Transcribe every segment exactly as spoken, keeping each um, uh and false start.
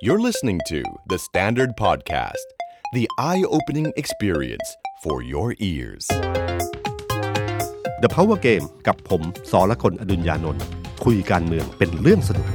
You're listening to The Standard Podcast, the eye-opening experience for your ears. The Power Game กับผมสรกล อดุลยานนท์คุยการเมืองเป็นเรื่องสนุก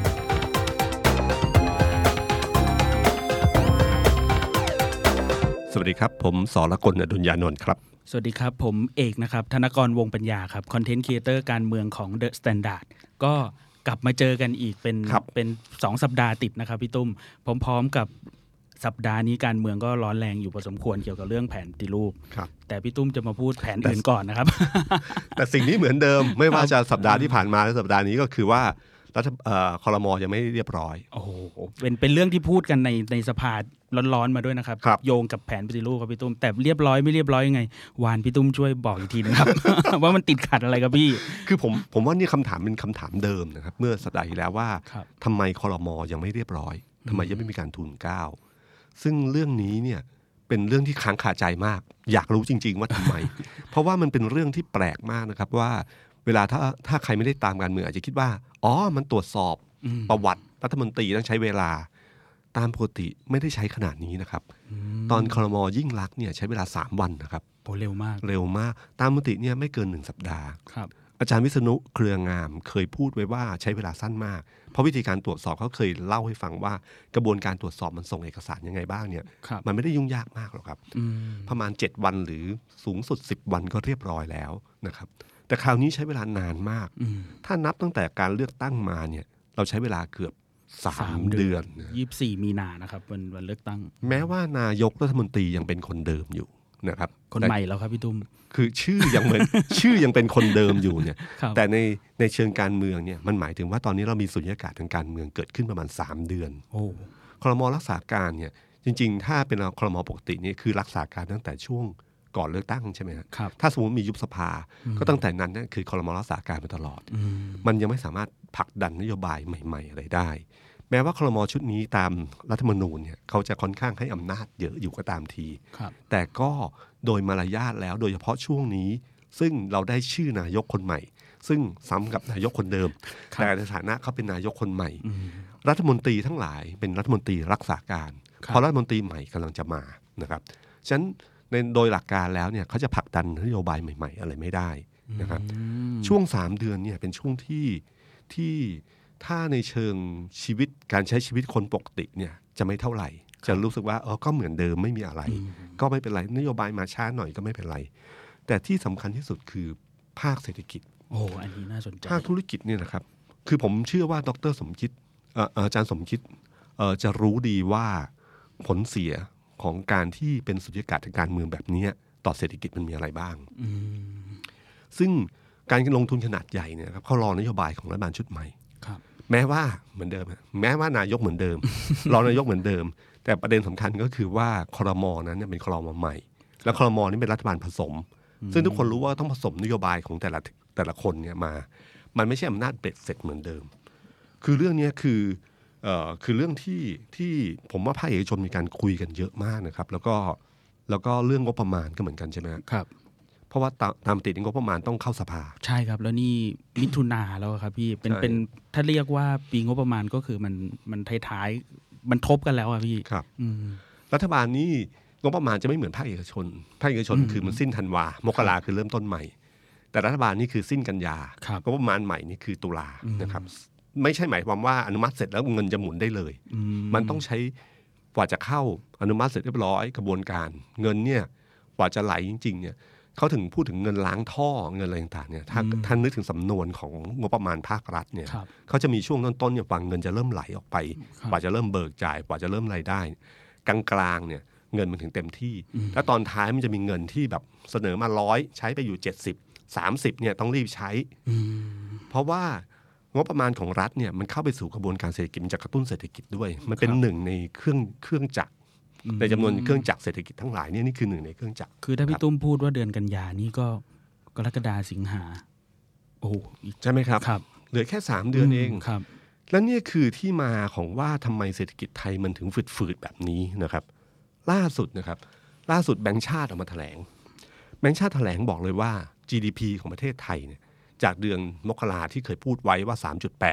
สวัสดีครับผมสรกล อดุลยานนท์ครับสวัสดีครับผมเอกนะครับธนกรวงปัญญาครับคอนเทนต์ครีเอเตอร์การเมืองของ The Standard ก็กลับมาเจอกันอีกเป็นเป็นสองสัปดาห์ติดนะครับพี่ตุ้มพร้อมๆกับสัปดาห์นี้การเมืองก็ร้อนแรงอยู่พอสมควรเกี่ยวกับเรื่องแผนปฏิรูปแต่พี่ตุ้มจะมาพูดแผนอื่นก่อนนะครับแต่สิ่งนี้เหมือนเดิมไม่ว่าจะสัปดาห์ที่ผ่านมาหรือสัปดาห์นี้ก็คือว่ารัฐเอ่อครม.ยังไม่เรียบร้อยโอ้โหเป็นเป็นเรื่องที่พูดกันในในสภาร้อนๆมาด้วยนะครับโยงกับแผนปฏิรูปครับพี่ตุ้มแต่เรียบร้อยไม่เรียบร้อยยังไงวานพี่ตุ้มช่วยบอกอีกทีนึงครับ ว่ามันติดขัดอะไรครับพี่คือผมผมว่านี่คำถามเป็นคำถามเดิมนะครับเมื่อสัปดาห์ที่แล้วว่าทำไมครม.ยังไม่เรียบร้อยทำไมยังไม่มีการทูลเกล้าซึ่งเรื่องนี้เนี่ยเป็นเรื่องที่ค้างคาใจมากอยากรู้จริงๆว่าทำไม เพราะว่ามันเป็นเรื่องที่แปลกมากนะครับว่าเวลาถ้าถ้าใครไม่ได้ตามการเมืองอาจจะคิดว่าอ๋อมันตรวจสอบประวัติรัฐมนตรีต้องใช้เวลาตามปกติไม่ได้ใช้ขนาดนี้นะครับตอนครม.ยิ่งลักษณ์เนี่ยใช้เวลาสามวันนะครับโอ้เร็วมากเร็วมากตามปกติเนี่ยไม่เกินหนึ่งสัปดาห์ครับอาจารย์วิษณุเครืองามเคยพูดไว้ว่าใช้เวลาสั้นมากเพราะวิธีการตรวจสอบเขาเคยเล่าให้ฟังว่ากระบวนการตรวจสอบมันส่งเอกสารยังไงบ้างเนี่ยมันไม่ได้ยุ่งยากมากหรอกครับประมาณเจ็ดวันหรือสูงสุดสิบวันก็เรียบร้อยแล้วนะครับแต่คราวนี้ใช้เวลานานมากถ้านับตั้งแต่การเลือกตั้งมาเนี่ยเราใช้เวลาเกือบสามเดือนยี่สิบสี่มีนานะครับวันวันเลือกตั้งแม้ว่านายกรัฐมนตรียังเป็นคนเดิมอยู่นะครับคนใหม่แล้วครับพี่ตุ้มคือชื่อยังเหมือน ชื่อยังเป็นคนเดิมอยู่เนี่ยแต่ในในเชิงการเมืองเนี่ยมันหมายถึงว่าตอนนี้เรามีสุญญากาศทางการเมืองเกิดขึ้นประมาณสามเดือนโอ้ครม.รักษาการเนี่ยจริงๆถ้าเป็นครม.ปกตินี่คือรักษาการตั้งแต่ช่วงก่อนเลือกตั้งใช่ไหมครับถ้าสมมติมียุบสภาก็ตั้งแต่นั้นนั่นคือครม.รักษาการมาตลอดมันยังไม่สามารถผลักดันนโยบายใหม่ๆอะไรได้แม้ว่าครม.ชุดนี้ตามรัฐธรรมนูญเนี่ยเขาจะค่อนข้างให้อำนาจเยอะอยู่ก็ตามทีแต่ก็โดยมารยาทแล้วโดยเฉพาะช่วงนี้ซึ่งเราได้ชื่อนายกคนใหม่ซึ่งซ้ำกับนายกคนเดิมแต่ในฐานะเขาเป็นนายกคนใหม่รัฐมนตรีทั้งหลายเป็นรัฐมนตรีรักษาการเพราะรัฐมนตรีใหม่กำลังจะมานะครับฉะนั้นในโดยหลักการแล้วเนี่ยเขาจะผลักดันนโยบายใหม่ๆอะไรไม่ได้นะครับช่วงสามเดือนเนี่ยเป็นช่วงที่ที่ถ้าในเชิงชีวิตการใช้ชีวิตคนปกติเนี่ยจะไม่เท่าไหร่จะรู้สึกว่าเออก็เหมือนเดิมไม่มีอะไรก็ไม่เป็นไรนโยบายมาช้าหน่อยก็ไม่เป็นไรแต่ที่สำคัญที่สุดคือภาคเศรษฐกิจโอ้อันนี้น่าสนใจภาคธุรกิจเนี่ยนะครับคือผมเชื่อว่าดร.สมคิดอาจารย์สมคิดจะรู้ดีว่าผลเสียของการที่เป็นสุญญากาศทางการเมืองแบบนี้ต่อเศรษฐกิจมันมีอะไรบ้างซึ่งการลงทุนขนาดใหญ่เนี่ยครับเขารอนโยบายของรัฐบาลชุดใหม่แม้ว่าเหมือนเดิมแม้ว่านายกเหมือนเดิม รองนายกเหมือนเดิมแต่ประเด็นสำคัญก็คือว่าครม.นั้นเนี่ยเป็นครม.ใหม่และครม.นี่เป็นรัฐบาลผสมซึ่งทุกคนรู้ว่าต้องผสมนโยบายของแต่ละแต่ละคนเนี่ยมามันไม่ใช่อำนาจเบ็ดเสร็จเหมือนเดิมคือเรื่องนี้คือเอ่อคือเรื่องที่ที่ผมว่าภาคเอกชนมีการคุยกันเยอะมากนะครับแล้วก็แล้วก็เรื่องงบประมาณก็เหมือนกันใช่ไหมครับเพราะว่าตามปกติงบประมาณต้องเข้าสภาใช่ครับแล้วนี่มิถุนาแล้วครับพี่เป็นเป็นถ้าเรียกว่าปีงบประมาณก็คือมันมันท้ายๆมันทบกันแล้วอะพี่ครับรัฐบาลนี่งบประมาณจะไม่เหมือนภาคเอกชนภาคเอกชนคือมันสิ้นธันวามกราคือเริ่มต้นใหม่แต่รัฐบาลนี่คือสิ้นกันยางบประมาณใหม่นี่คือตุลานะครับไม่ใช่หมายความว่าอนุมัติเสร็จแล้วเงินจะหมุนได้เลยมันต้องใช้กว่าจะเข้าอนุมัติเสร็จเรียบร้อยกระบวนการเงินเนี่ยกว่าจะไหลจริงๆเนี่ยเขาถึงพูดถึงเงินล้างท่อเงินอะไรต่างๆเนี่ยถ้าท่านนึกถึงสำนวนของงบประมาณภาครัฐเนี่ยเขาจะมีช่วงต้นๆเนี่ยฝั่งเงินจะเริ่มไหลออกไปกว่าจะเริ่มเบิกจ่ายกว่าจะเริ่มรายได้กลางๆเนี่ยเงินมันถึงเต็มที่แล้วตอนท้ายมันจะมีเงินที่แบบเสนอมาร้อยใช้ไปอยู่เจ็ดสิบ สามสิบเนี่ยต้องรีบใช้เพราะว่างบประมาณของรัฐเนี่ยมันเข้าไปสู่กระบวนการเศรษฐกิจมันจะกระตุ้นเศรษฐกิจด้วยมันเป็นหนึ่งในเครื่องเครื่องจักรในจำนวนเครื่องจักรเศรษฐกิจทั้งหลายเนี่ยนี่คือหนึ่งในเครื่องจักรคือถ้าพี่ตุ้มพูดว่าเดือนกันยานี่ก็กรกฎาสิงหาโอ้ใช่ไหมครับเหลือแค่สามเดือนเองครับและนี่คือที่มาของว่าทำไมเศรษฐกิจไทยมันถึงฝืดๆแบบนี้นะครับล่าสุดนะครับล่าสุดแบงก์ชาติออกมาแถลงแบงก์ชาติแถลงบอกเลยว่า จี ดี พี ของประเทศไทยเนี่ยจากเดือนมกราที่เคยพูดไว้ว่า สามจุดแปด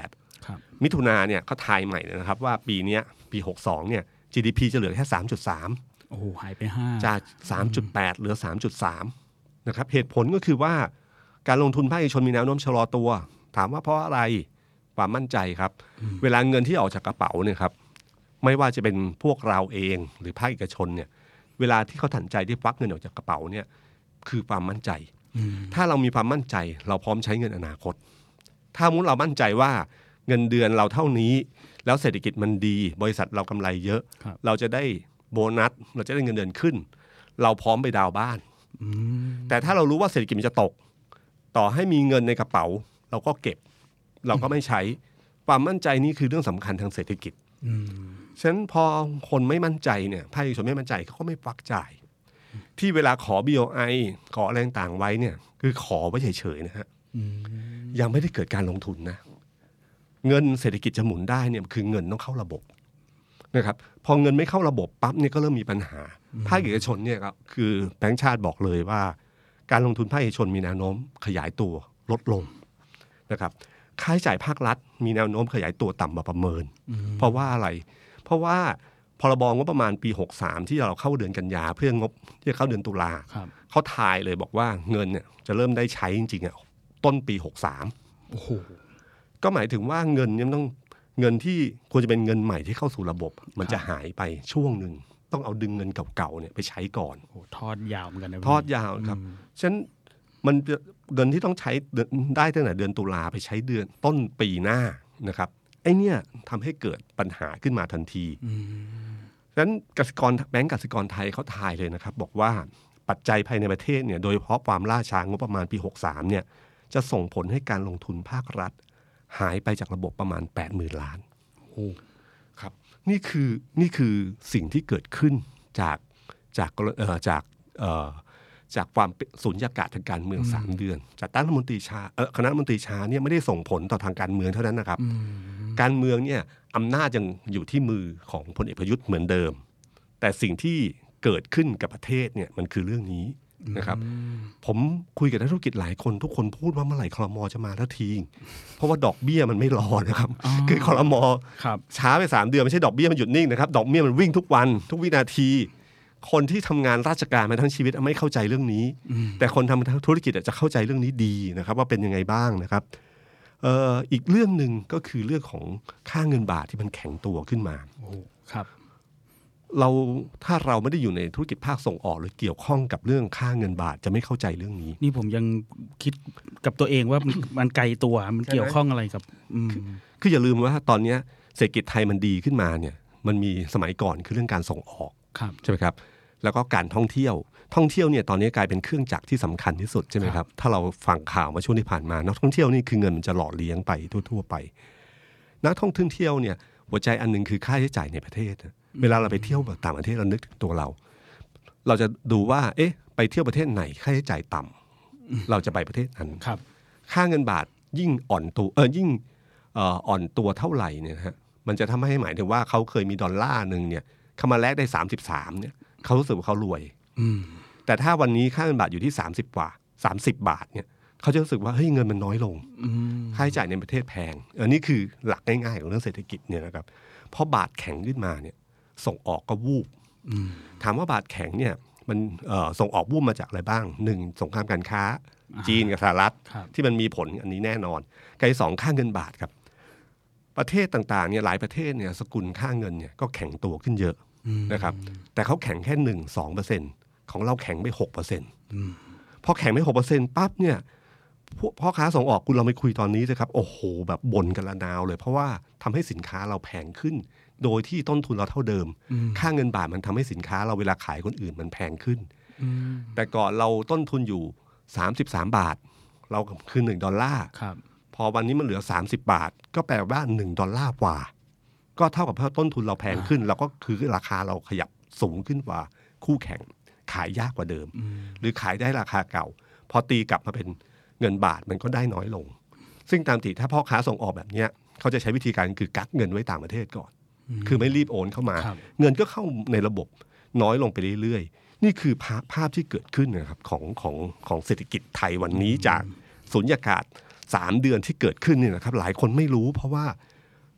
มิถุนาเนี่ยเขาทายใหม่เลยนะครับว่าปีนี้ปีหกสิบสองเนี่ย จี ดี พี จะเหลือแค่ สามจุดสามโอ้โหหายไปห้าจาก สามจุดแปด เหลือ สามจุดสาม นะครับเหตุผลก็คือว่าการลงทุนภาคเอกชนมีแนวโน้มชะลอตัวถามว่าเพราะอะไรความมั่นใจครับเวลาเงินที่ออกจากกระเป๋าเนี่ยครับไม่ว่าจะเป็นพวกเราเองหรือภาคเอกชนเนี่ยเวลาที่เขาตัดสินใจที่ควักเงินออกจากกระเป๋าเนี่ยคือความมั่นใจถ้าเรามีความมั่นใจเราพร้อมใช้เงินอนาคตถ้ามุ้งเรามั่นใจว่าเงินเดือนเราเท่านี้แล้วเศรษฐกิจมันดีบริษัทเรากำไรเยอะเราจะได้โบนัสเราจะได้เงินเดือนขึ้นเราพร้อมไปดาวบ้านแต่ถ้าเรารู้ว่าเศรษฐกิจมันจะตกต่อให้มีเงินในกระเป๋าเราก็เก็บเราก็ไม่ใช้ความมั่นใจนี่คือเรื่องสำคัญทางเศรษฐกิจฉะนั้นพอคนไม่มั่นใจเนี่ยภาคเอกชนไม่มั่นใจเขาก็ไม่ฟักจ่ายที่เวลาขอ บี โอ ไอ ขออะไรต่างๆไว้เนี่ยคือขอไว้เฉยๆนะฮะยังไม่ได้เกิดการลงทุนนะเงินเศรษฐกิจจะหมุนได้เนี่ยคือเงินต้องเข้าระบบนะครับพอเงินไม่เข้าระบบปั๊บเนี่ยก็เริ่มมีปัญหาภาคเอกชนเนี่ยครับคือแบงก์ชาติบอกเลยว่าการลงทุนภาคเอกชนมีแนวโน้มขยายตัวลดลงนะครับค่าใช้จ่ายภาครัฐมีแนวโน้มขยายตัวต่ำกว่าประเมินเพราะว่าอะไรเพราะว่าพรบงบประมาณปีหกสิบสามที่เราเข้าเดือนกันยาเพื่องบที่จะเข้าเดือนตุลาเขาทายเลยบอกว่าเงินเนี่ยจะเริ่มได้ใช้จริงๆอ่ะต้นปีหกสิบสามโอ้โหก็หมายถึงว่าเงินเนี่ยต้องเงินที่ควรจะเป็นเงินใหม่ที่เข้าสู่ระบบมันจะหายไปช่วงนึงต้องเอาดึงเงินเก่าๆเนี่ยไปใช้ก่อนโอ้ทอดยาวเหมือนกันนะทอดยาวครับฉะนั้นมันเงินที่ต้องใช้ได้ตั้งแต่เดือนตุลาไปใช้เดือนต้นปีหน้านะครับไอ้เนี่ยทำให้เกิดปัญหาขึ้นมาทันทีฉะนั้นกสิกรแบงก์กสิกรไทยเขาทายเลยนะครับบอกว่าปัจจัยภายในประเทศเนี่ยโดยเฉพาะความล่าช้างบประมาณปีหกสิบสามเนี่ยจะส่งผลให้การลงทุนภาครัฐหายไปจากระบบประมาณ แปดหมื่น ล้านโอ้ครับนี่คือนี่คือสิ่งที่เกิดขึ้นจากจากเอ่อจากเอ่อจากความสุญญากาศทางการเมืองสามเดือนจากตั้งรัฐมนตรีชาเอ่อคณะรัฐมนตรีชาเนี่ยไม่ได้ส่งผลต่อทางการเมืองเท่านั้นนะครับการเมืองเนี่ยอำนาจยังอยู่ที่มือของพลเอกประยุทธ์เหมือนเดิมแต่สิ่งที่เกิดขึ้นกับประเทศเนี่ยมันคือเรื่องนี้นะครับผมคุยกับนักธุรกิจหลายคนทุกคนพูดว่าเมื่อไหร่ครม.จะมาทันทีเพราะว่าดอกเบี้ยมันไม่รอนะครับคือครม.ช้าไปสามเดือนไม่ใช่ดอกเบี้ยมันหยุดนิ่งนะครับดอกเบี้ยมันวิ่งทุกวันทุกวินาทีคนที่ทำงานราชการมาทั้งชีวิตไม่เข้าใจเรื่องนี้แต่คนทำธุรกิจจะเข้าใจเรื่องนี้ดีนะครับว่าเป็นยังไงบ้างนะครับเอ่ออีกเรื่องนึงก็คือเรื่องของค่าเงินบาทที่มันแข็งตัวขึ้นมาครับเราถ้าเราไม่ได้อยู่ในธุรกิจภาคส่งออกหรือเกี่ยวข้องกับเรื่องค่าเงินบาทจะไม่เข้าใจเรื่องนี้นี่ผมยังคิดกับตัวเองว่ามันไกลตัวมันเกี่ยวข้องอะไรกับคืออย่าลืมว่าตอนนี้เศรษฐกิจไทยมันดีขึ้นมาเนี่ยมันมีสมัยก่อนคือเรื่องการส่งออกใช่ไหมครับแล้วก็การท่องเที่ยวท่องเที่ยวเนี่ยตอนนี้กลายเป็นเครื่องจักรที่สำคัญที่สุดใช่ไหมครับถ้าเราฟังข่าวมาช่วงที่ผ่านมานักท่องเที่ยวนี่คือเงินมันจะหล่อเลี้ยงไปทั่วๆไปนักท่องเที่ยวเนี่ยหัวใจอันนึงคือค่าใช้จ่ายในประเทศเวลาเราไปเที่ยวต่างประเทศเรานึกถึงตัวเราเราจะดูว่าเอ๊ะไปเที่ยวประเทศไหนค่าใช้จ่ายต่ำเราจะไปประเทศนั้นค่าเงินบาทยิ่งอ่อนตัวเออยิ่งอ่อนตัวเท่าไหร่เนี่ยฮะมันจะทำให้หมายถึงว่าเขาเคยมีดอลลาร์นึงเนี่ยเขามาแลกได้สามสิบสามเนี่ยเขารู้สึกว่าเขารวยแต่ถ้าวันนี้ค่าเงินบาทอยู่ที่สามสิบกว่าสามสิบบาทเนี่ยเขาจะรู้สึกว่าเฮ้ยเงินมันน้อยลงค่าใช้จ่ายในประเทศแพงอันนี้คือหลักง่ายๆของเรื่องเศรษฐกิจเนี่ยนะครับพอบาทแข็งขึ้นมาเนี่ยส่งออกก็วูบถามว่าบาทแข็งเนี่ยมันส่งออกวูบมาจากอะไรบ้างหนึ่งสงครามการค้าจีนกับสหรัฐที่มันมีผลอันนี้แน่นอนกับสองค่าเงินบาทครับประเทศต่างๆเนี่ยหลายประเทศเนี่ยสกุลค่าเงินเนี่ยก็แข็งตัวขึ้นเยอะนะครับแต่เขาแข็งแค่หนึ่งสองเปอร์เซ็นต์ของเราแข็งไปหกเปอร์เซ็นต์พอแข็งไปหกเปอร์เซ็นต์ปั๊บเนี่ยพ่อค้าส่งออกคุณเราไปคุยตอนนี้สิครับโอ้โหแบบบ่นกันละนาวเลยเพราะว่าทำให้สินค้าเราแพงขึ้นโดยที่ต้นทุนเราเท่าเดิมค่าเงินบาทมันทำให้สินค้าเราเวลาขายคนอื่นมันแพงขึ้นแต่ก่อนเราต้นทุนอยู่สามสิบสามบาทเราคือหนึ่งดอลลาร์พอวันนี้มันเหลือสามสิบบาทก็แปลว่าหนึ่งดอลลาร์กว่าก็เท่ากับต้นทุนเราแพงขึ้นเราก็คือราคาเราขยับสูงขึ้นกว่าคู่แข่งขายยากกว่าเดิมหรือขายได้ราคาเก่าพอตีกลับมาเป็นเงินบาทมันก็ได้น้อยลงซึ่งตามติถ้าพ่อค้าส่งออกแบบนี้เขาจะใช้วิธีการคือกักเงินไว้ต่างประเทศก่อนคือไม่รีบโอนเข้ามาเงินก็เข้าในระบบน้อยลงไปเรื่อยๆนี่คือภาพภาพที่เกิดขึ้นนะครับของของของเศรษฐกิจไทยวันนี้จากสุญญากาศสามเดือนที่เกิดขึ้นเนี่ยนะครับหลายคนไม่รู้เพราะว่า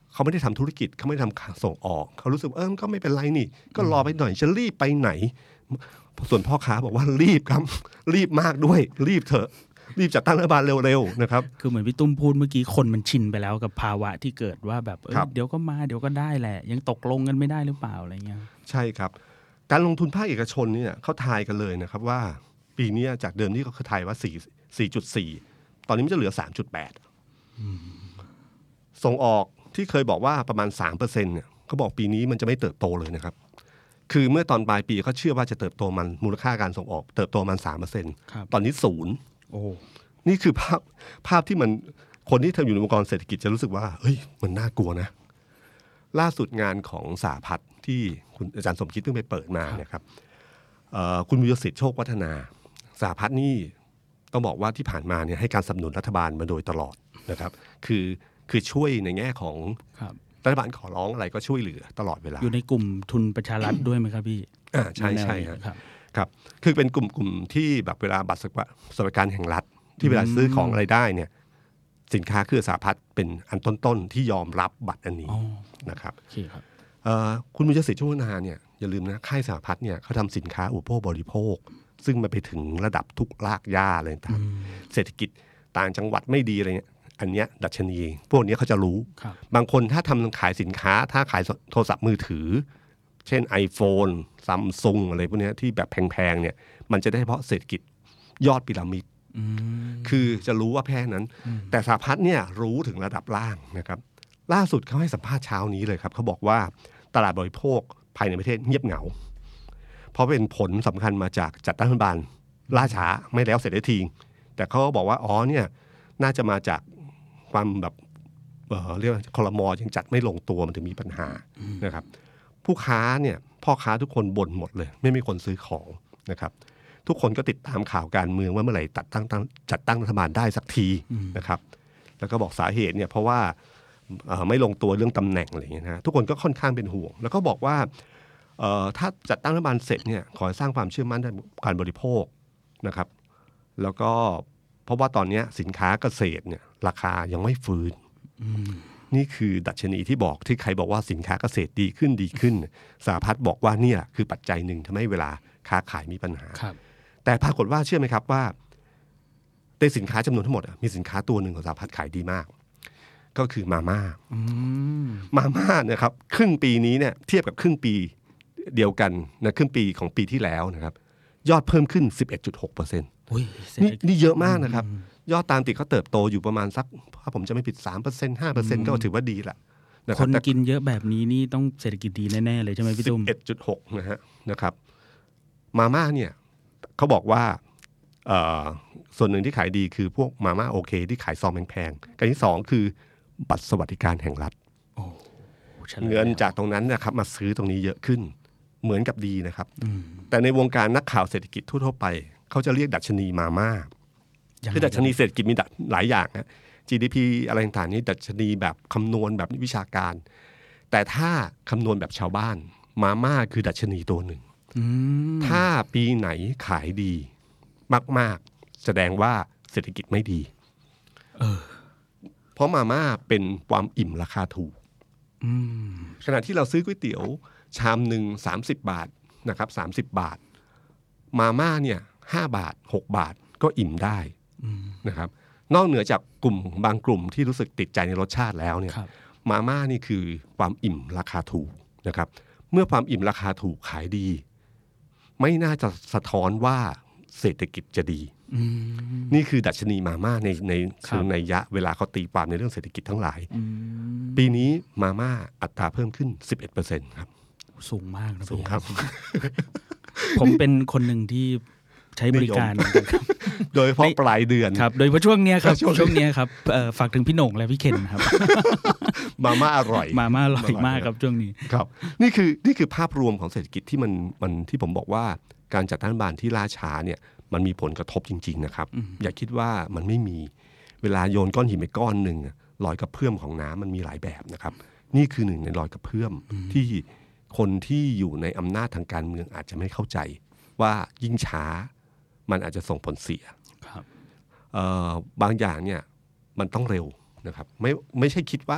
เขาไม่ได้ทำธุรกิจเขาไม่ได้ทำส่งออกเขารู้สึกเออก็ไม่เป็นไรนี่ก็รอไปหน่อยจะรีบไปไหนส่วนพ่อค้าบอกว่ารีบครับรีบมากด้วยรีบเถอะรีบจัดตั้งรัฐบาลเร็วๆนะครับคือเหมือนพี่ตุ้มพูดเมื่อกี้คนมันชินไปแล้วกับภาวะที่เกิดว่าแบบเออเดี๋ยวก็มาเดี๋ยวก็ได้แหละยังตกลงกันไม่ได้หรือเปล่าอะไรเงี้ยใช่ครับการลงทุนภาคเอกชนเนี่ยเขาทายกันเลยนะครับว่าปีนี้จากเดิมที่เขาเคยทายว่าสี่ สี่จุดสี่ ตอนนี้มันจะเหลือ สามจุดแปด ส่งออกที่เคยบอกว่าประมาณ สามเปอร์เซ็นต์ เนี่ยเขาบอกปีนี้มันจะไม่เติบโตเลยนะครับคือเมื่อตอนปลายปีเขาเชื่อว่าจะเติบโตมันมูลค่าการส่งออกเติบโตมัน สามเปอร์เซ็นต์ ตอนนี้ศูนย์โอ้นี่คือภาพภาพที่มันคนที่ทำอยู่ในองค์กรเศรษฐกิจจะรู้สึกว่าเฮ้ยมันน่ากลัวนะล่าสุดงานของสหพัฒน์ที่คุณอาจารย์สมคิดเพิ่งไปเปิดมาเนี่ยครับคุณวิยสิทธิ์โชควัฒนาสหพัฒน์นี่ต้องบอกว่าที่ผ่านมาเนี่ยให้การสนับสนุนรัฐบาลมาโดยตลอดนะครับคือคือช่วยในแง่ของรัฐบาลขอร้องอะไรก็ช่วยเหลือตลอดเวลาอยู่ในกลุ่มทุนประชารัฐด้วยไหมครับพี่อ่าใช่ใช่ครับครับคือเป็นกลุ่มกลุ่มที่แบบเวลาบัตรสวัสดิการแห่งรัฐที่เวลาซื้อของอะไรได้เนี่ยสินค้าเครือสหพัฒน์เป็นอันต้นๆที่ยอมรับบัตรอันนี้นะครับคุณวิยสิทธิ์โชควัฒนาเนี่ยอย่าลืมนะค่ายสหพัฒน์เนี่ยเขาทำสินค้าอุปโภคบริโภคซึ่งมันไปถึงระดับทุกรากหญ้าเลยต่างเศรษฐกิจต่างจังหวัดไม่ดีอะไรเงี้ยอันเนี้ยดัชนีพวกนี้เขาจะรู้บางคนถ้าทำขายสินค้าถ้าขายโทรศัพท์มือถือเช่น iPhone Samsung อะไรพวกนี้ที่แบบแพงๆเนี่ยมันจะได้เฉพาะเศรษฐกิจยอดพีระมิดคือจะรู้ว่าแพ้นั้นแต่สหพัฒน์เนี่ยรู้ถึงระดับล่างนะครับล่าสุดเขาให้สัมภาษณ์เช้านี้เลยครับเขาบอกว่าตลาดบริโภคภายในประเทศเงียบเหงาเพราะเป็นผลสำคัญมาจากจัดตั้งรัฐบาลล่าช้าไม่แล้วเสร็จได้ทีแต่เขาบอกว่าอ๋อเนี่ยน่าจะมาจากความแบบ เอ่อเรียกว่าคลม.ยังจัดไม่ลงตัวมันถึงมีปัญหานะครับผู้ค้าเนี่ยพ่อค้าทุกคนบ่นหมดเลยไม่มีคนซื้อของนะครับทุกคนก็ติดตามข่าวการเมืองว่าเมื่อไหร่จัดตั้งจัดตั้งรัฐบาลได้สักทีนะครับแล้วก็บอกสาเหตุเนี่ยเพราะว่าไม่ลงตัวเรื่องตำแหน่งอะไรอย่างเงี้ยนะทุกคนก็ค่อนข้างเป็นห่วงแล้วก็บอกว่าถ้าจัดตั้งรัฐบาลเสร็จเนี่ยขอให้สร้างความเชื่อมั่นในการบริโภคนะครับแล้วก็เพราะว่าตอนนี้สินค้าเกษตรเนี่ยราคายังไม่ฟื้นนี่คือดัชนีที่บอกที่ใครบอกว่าสินค้าเกษตรดีขึ้นดีขึ้นสหพัฒน์บอกว่าเนี่ยคือปัจจัยหนึ่งทำให้เวลาค้าขายมีปัญหาแต่ปรากฏว่าเชื่อไหมครับว่าในสินค้าจำนวนทั้งหมดมีสินค้าตัวหนึ่งของสหพัฒน์ขายดีมากก็คือมาม่ามาม่านะครับครึ่งปีนี้เนี่ยเทียบกับครึ่งปีเดียวกันนะครึ่งปีของปีที่แล้วนะครับยอดเพิ่มขึ้น สิบเอ็ดจุดหกเปอร์เซ็นต์ นี่นี่เยอะมากนะครับยอดตามติดเขาเติบโตอยู่ประมาณสักถ้าผมจะไม่ผิด สามเปอร์เซ็นต์ ห้าเปอร์เซ็นต์ ก็ถือว่าดีละนะครับคนกินเยอะแบบนี้นี่ต้องเศรษฐกิจดีแน่ๆเลยใช่ไหมพี่ตุ้มสิบเอ็ดจุดหก นะฮะนะครับมาม่าเนี่ยเขาบอกว่าส่วนหนึ่งที่ขายดีคือพวกมาม่าโอเคที่ขายซองแพงๆการที่สองคือบัตรสวัสดิการแห่งรัฐเงินจากตรงนั้นนะครับมาซื้อตรงนี้เยอะขึ้นเหมือนกับดีนะครับแต่ในวงการนักข่าวเศรษฐกิจทั่วๆไปเขาจะเรียกดัชนีมาม่าคือดัชนีเศรษฐกิจมีหลายอย่างนะ จี ดี พี อะไรต่างๆนี่ดัชนีแบบคำนวณแบบวิชาการแต่ถ้าคำนวณแบบชาวบ้านมาม่าคือดัชนีตัวหนึ่งถ้าปีไหนขายดีมากๆแสดงว่าเศรษฐกิจไม่ดีเออเพราะมาม่าเป็นความอิ่มราคาถูกขณะที่เราซื้อก๋วยเตี๋ยวชามหนึ่งสามสิบบาทนะครับสามสิบบาทมาม่าเนี่ยห้าบาทหกบาทก็อิ่มได้นะครับนอกเหนือจากกลุ่มบางกลุ่มที่รู้สึกติดใจในรสชาติแล้วเนี่ยมาม่านี่คือความอิ่มราคาถูกนะครับเมื่อความอิ่มราคาถูกขายดีไม่น่าจะสะท้อนว่าเศรษฐกิจจะดีนี่คือดัชนีมาม่าในในเชิงนัยยะเวลาเขาตีความในเรื่องเศรษฐกิจทั้งหลายปีนี้มาม่าอัตราเพิ่มขึ้น สิบเอ็ดเปอร์เซ็นต์ ครับสูงมากนะสูงครับผมเป็นคนหนึ่งที่ใช้บริการครับโดยเฉพาะปลายเดือนครับโดยเฉพาะช่วงนี้ครับช่วงนี้ครับฝากถึงพี่โหน่งและพี่เคนครับมาม่าอร่อยมาม่าอร่อยมากครับช่วงนี้ครับนี่คือนี่คือภาพรวมของเศรษฐกิจที่มันมันที่ผมบอกว่าการจัดตั้งรัฐบาลที่ล่าช้าเนี่ยมันมีผลกระทบจริงๆนะครับอย่าคิดว่ามันไม่มีเวลาโยนก้อนหินไปก้อนหนึ่งรอยกระเพื่อมของน้ำมันมีหลายแบบนะครับนี่คือหนึ่งในรอยกระเพื่อมที่คนที่อยู่ในอำนาจทางการเมืองอาจจะไม่เข้าใจว่ายิ่งช้ามันอาจจะส่งผลเสียครับบางอย่างเนี่ยมันต้องเร็วนะครับไม่ไม่ใช่คิดว่า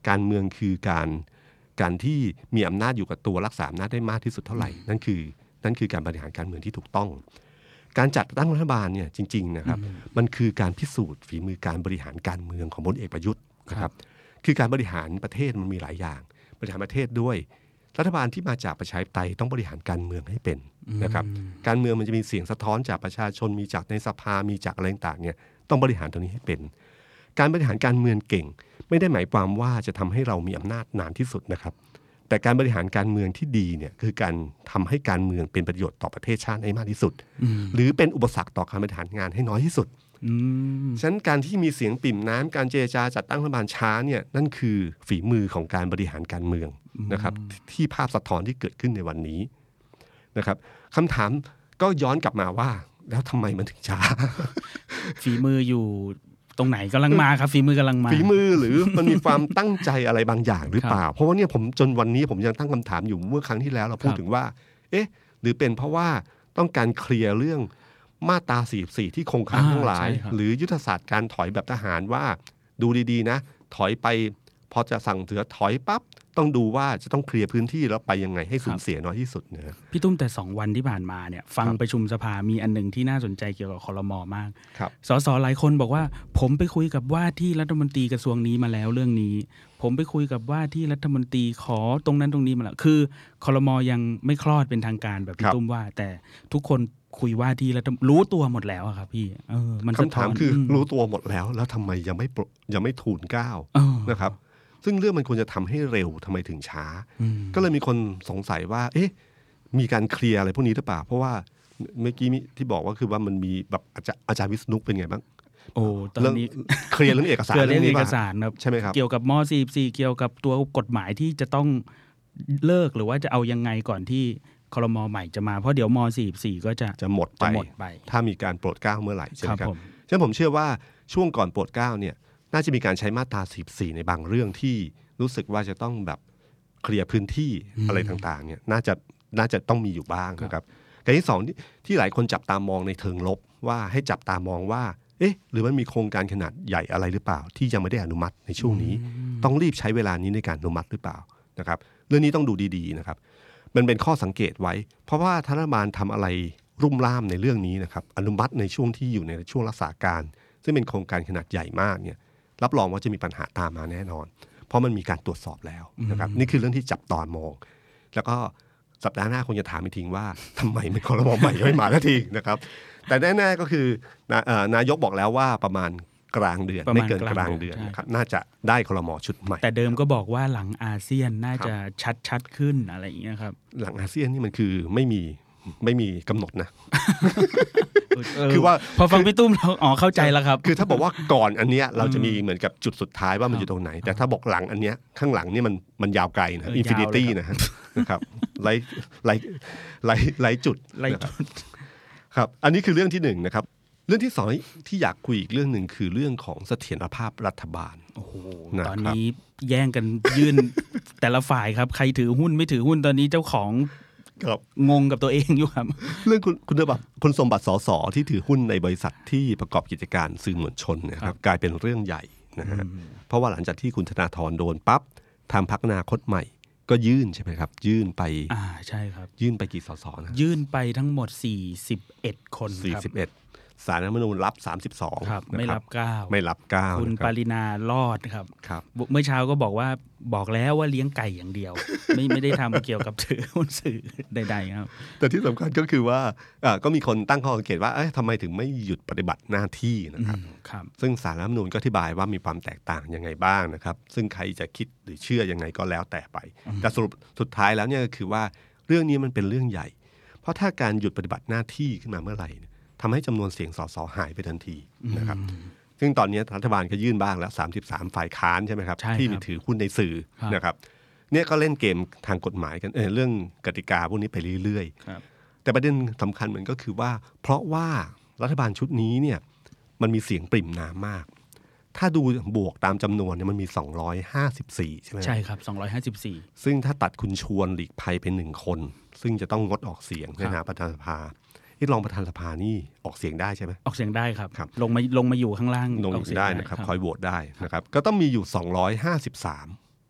การเมืองคือการการที่มีอำนาจอยู่กับตัวรักษาอำนาจได้มากที่สุดเท่าไหร่นั่นคือนั่นคือการบริหารการเมืองที่ถูกต้องการจัดตั้งรัฐบาลเนี่ยจริงๆนะครับมันคือการพิสูจน์ฝีมือการบริหารการเมืองของพลเอกประยุทธ์นะครับคือการบริหารประเทศมันมีหลายอย่างบริหารประเทศด้วยรัฐบาลที่มาจากประชาธิปไตยต้องบริหารการเมืองให้เป็นนะครับการเมืองมันจะมีเสียงสะท้อนจากประชาชนมีจากในสภามีจากอะไรต่างๆเนี่ยต้องบริหารตรงนี้ให้เป็นการบริหารการเมืองเก่งไม่ได้หมายความว่าจะทำให้เรามีอำนาจนานที่สุดนะครับแต่การบริหารการเมืองที่ดีเนี่ยคือการทำให้การเมืองเป็นประโยชน์ต่อประเทศชาติให้มากที่สุดหรือเป็นอุปสรรคต่อการบริหารงานให้น้อยที่สุดฉะนั้นการที่มีเสียงปิ่มน้ำการเจรจาจัดตั้งรัฐบาลช้าเนี่ยนั่นคือฝีมือของการบริหารการเมืองนะครับที่ภาพสะท้อนที่เกิดขึ้นในวันนี้นะครับคำถามก็ย้อนกลับมาว่าแล้วทำไมมันถึงช้าฝีมืออยู่ตรงไหนกำลังมาครับฝีมือกำลังมาฝีมือหรือมันมีความตั้งใจอะไรบางอย่างหรือเปล่าเพราะว่าเนี่ยผมจนวันนี้ผมยังตั้งคำถามอยู่เมื่อครั้งที่แล้วเราพูดถึงว่าเอ๊ะหรือเป็นเพราะว่าต้องการเคลียร์เรื่องมาตราสี่สิบสี่ที่คงค้างทั้งหลายหรือยุทธศาสตร์การถอยแบบทหารว่าดูดีๆนะถอยไปพอจะสั่งเสือถอยปั๊บต้องดูว่าจะต้องเคลียร์พื้นที่แล้วไปยังไงให้สูญเสียน้อยที่สุดนะพี่ตุ้มแต่สองวันที่ผ่านมาเนี่ยฟังประชุมสภามีอันหนึ่งที่น่าสนใจเกี่ยวกับครม.มากสสหลายคนบอกว่าผมไปคุยกับว่าที่รัฐมนตรีกระทรวงนี้มาแล้วเรื่องนี้ผมไปคุยกับว่าที่รัฐมนตรีขอตรงนั้นตรงนี้มาแล้วคือครม.ยังไม่คลอดเป็นทางการแบบพี่ตุ้มว่าแต่ทุกคนคุยว่าที่รัฐรู้ตัวหมดแล้วครับพี่เออมันคำถามคือรู้ตัวหมดแล้วแล้วทำไมยังไม่ยังไม่ทูลเกล้านะครับซึ่งเรื่องมันควรจะทำให้เร็วทำไมถึงช้าก็เลยมีคนสงสัยว่าเอ๊ะมีการเคลียร์อะไรพวกนี้หรือเปล่าเพราะว่าเมื่อกี้ที่บอกว่าคือว่ามันมีแบบอาจารย์อาจารย์วิษณุเป็นไงบ้างโอ้ตอนนี้เคลียร์เรื่องเอกสารเรื่องเอกสารครับใช่ไหมครับเกี่ยวกับม.สี่สิบสี่เกี่ยวกับตัวกฎหมายที่จะต้องเลิกหรือว่าจะเอายังไงก่อนที่ครม.ใหม่จะมาเพราะเดี๋ยวม.สี่สิบสี่ก็จะจะหมดไปถ้ามีการโปรดเกล้าเมื่อไหร่ใช่ไหมครับฉะนั้นผมเชื่อว่าช่วงก่อนโปรดเกล้าเนี่ยน่าจะมีการใช้มาตราสี่สิบสี่ในบางเรื่องที่รู้สึกว่าจะต้องแบบเคลียร์พื้นที่อะไรต่างๆเนี่ยน่าจะน่าจะต้องมีอยู่บ้างนะครับการที่สองที่หลายคนจับตามองในเชิงลบว่าให้จับตามองว่าเอ๊ะหรือมันมีโครงการขนาดใหญ่อะไรหรือเปล่าที่ยังไม่ได้อนุมัติในช่วงนี้ต้องรีบใช้เวลานี้ในการอนุมัติหรือเปล่านะครับเรื่องนี้ต้องดูดีๆนะครับมันเป็นข้อสังเกตไว้เพราะว่ารัฐบาลทำอะไรรุ่มร่ามในเรื่องนี้นะครับอนุมัติในช่วงที่อยู่ในช่วงรักษาการซึ่งเป็นโครงการขนาดใหญ่มากเนี่ยรับรองว่าจะมีปัญหาตามมาแน่นอนเพราะมันมีการตรวจสอบแล้วนะครับนี่คือเรื่องที่จับตามองแล้วก็สัปดาห์หน้าคงจะถามอีกทีว่าทำไมไม่ครม.ใหม่ไม่มาสักทีนะครับแต่แน่ๆก็คือนายกบอกแล้วว่าประมาณกลางเดือนไม่เกินกลางเดือนนะครับน่าจะได้ครม.ชุดใหม่แต่เดิมก็บอกว่าหลังอาเซียนน่าจะชัดๆขึ้นอะไรอย่างเงี้ยครับหลังอาเซียนนี่มันคือไม่มีไม่มีกำหนดนะคือว่าพอฟังพี่ตุ้มเราอ๋อเข้าใจแล้วครับคือถ้าบอกว่าก่อนอันเนี้ยเราจะมีเหมือนกับจุดสุดท้ายว่ามันอยู่ตรงไหนแต่ถ้าบอกหลังอันเนี้ยข้างหลังนี่มันมันยาวไกลนะอินฟินิตี้นะครับไล่ไล่ไล่ไล่จุดไล่จุดครับอันนี้คือเรื่องที่หนึ่งนะครับเรื่องที่สองที่อยากคุยอีกเรื่องหนึ่งคือเรื่องของเสถียรภาพรัฐบาลโอ้โหตอนนี้แย่งกันยื่นแต่ละฝ่ายครับใครถือหุ้นไม่ถือหุ้นตอนนี้เจ้าของงงกับตัวเองอยู่ครับเรื่องคุณคุณสมบัติคุณสมบัติสสที่ถือหุ้นในบริษัทที่ประกอบกิจการสื่อมวลชนเนี่ยครับกลายเป็นเรื่องใหญ่นะฮะเพราะว่าหลังจากที่คุณธนาธรโดนปั๊บทางพรรคอนาคตใหม่ก็ยื่นใช่ไหมครับยื่นไปอ่าใช่ครับยื่นไปกี่สสนะยื่นไปทั้งหมดสี่สิบเอ็ดคนครับสี่สิบเอ็ดศาลรัฐธรรมนูญรับสามสิบสองครับไม่รับเก้าไม่รับเก้าคุณปรินารอดครับครับเมื่อเช้าก็บอกว่าบอกแล้วว่าเลี้ยงไก่อย่างเดียวไม่ไม่ได้ทำเกี่ยวกับถือหุ้นสื่อใดๆครับแต่ที่สำคัญก็คือว่าก็มีคนตั้งข้อสังเกตว่าเอ๊ะทำไมถึงไม่หยุดปฏิบัติหน้าที่นะครับซึ่งศาลรัฐธรรมนูญก็อธิบายว่ามีความแตกต่างยังไงบ้างนะครับซึ่งใครจะคิดหรือเชื่อยังไงก็แล้วแต่ไปแต่สรุปสุดท้ายแล้วเนี่ยก็คือว่าเรื่องนี้มันเป็นเรื่องใหญ่เพราะถ้าการหยุดปฏิบัติหน้าที่ขึ้นมาเมื่อไหร่ทำให้จำนวนเสียงสสหายไปทันทีนะครับซึ่งตอนนี้รัฐบาลก็ยื่นบ้างแล้วสามสิบสามฝ่ายค้านใช่ไหมครับที่มีถือหุ้นในสื่อนะครับเนี่ยก็เล่นเกมทางกฎหมายกัน เออเรื่องกติกาพวกนี้ไปเรื่อยๆแต่ประเด็นสำคัญเหมือนก็คือว่าเพราะว่ารัฐบาลชุดนี้เนี่ยมันมีเสียงปริ่มน้ำมากถ้าดูบวกตามจำนวนเนี่ยมันมีสองร้อยห้าสิบสี่ใช่ไหมใช่ครับสองร้อยห้าสิบสี่ซึ่งถ้าตัดคุณชวนหลีกภัยไปหนึ่งคนซึ่งจะต้องงดออกเสียงในฐานะประธานสภาที่รองประธานสภานี่ออกเสียงได้ใช่ไหมออกเสียงได้ครับลงมาลงมาอยู่ข้างล่างลงได้นะครับคอยโหวตได้นะครับก็ต้องมีอยู่สองร้อยห้าสิบสาม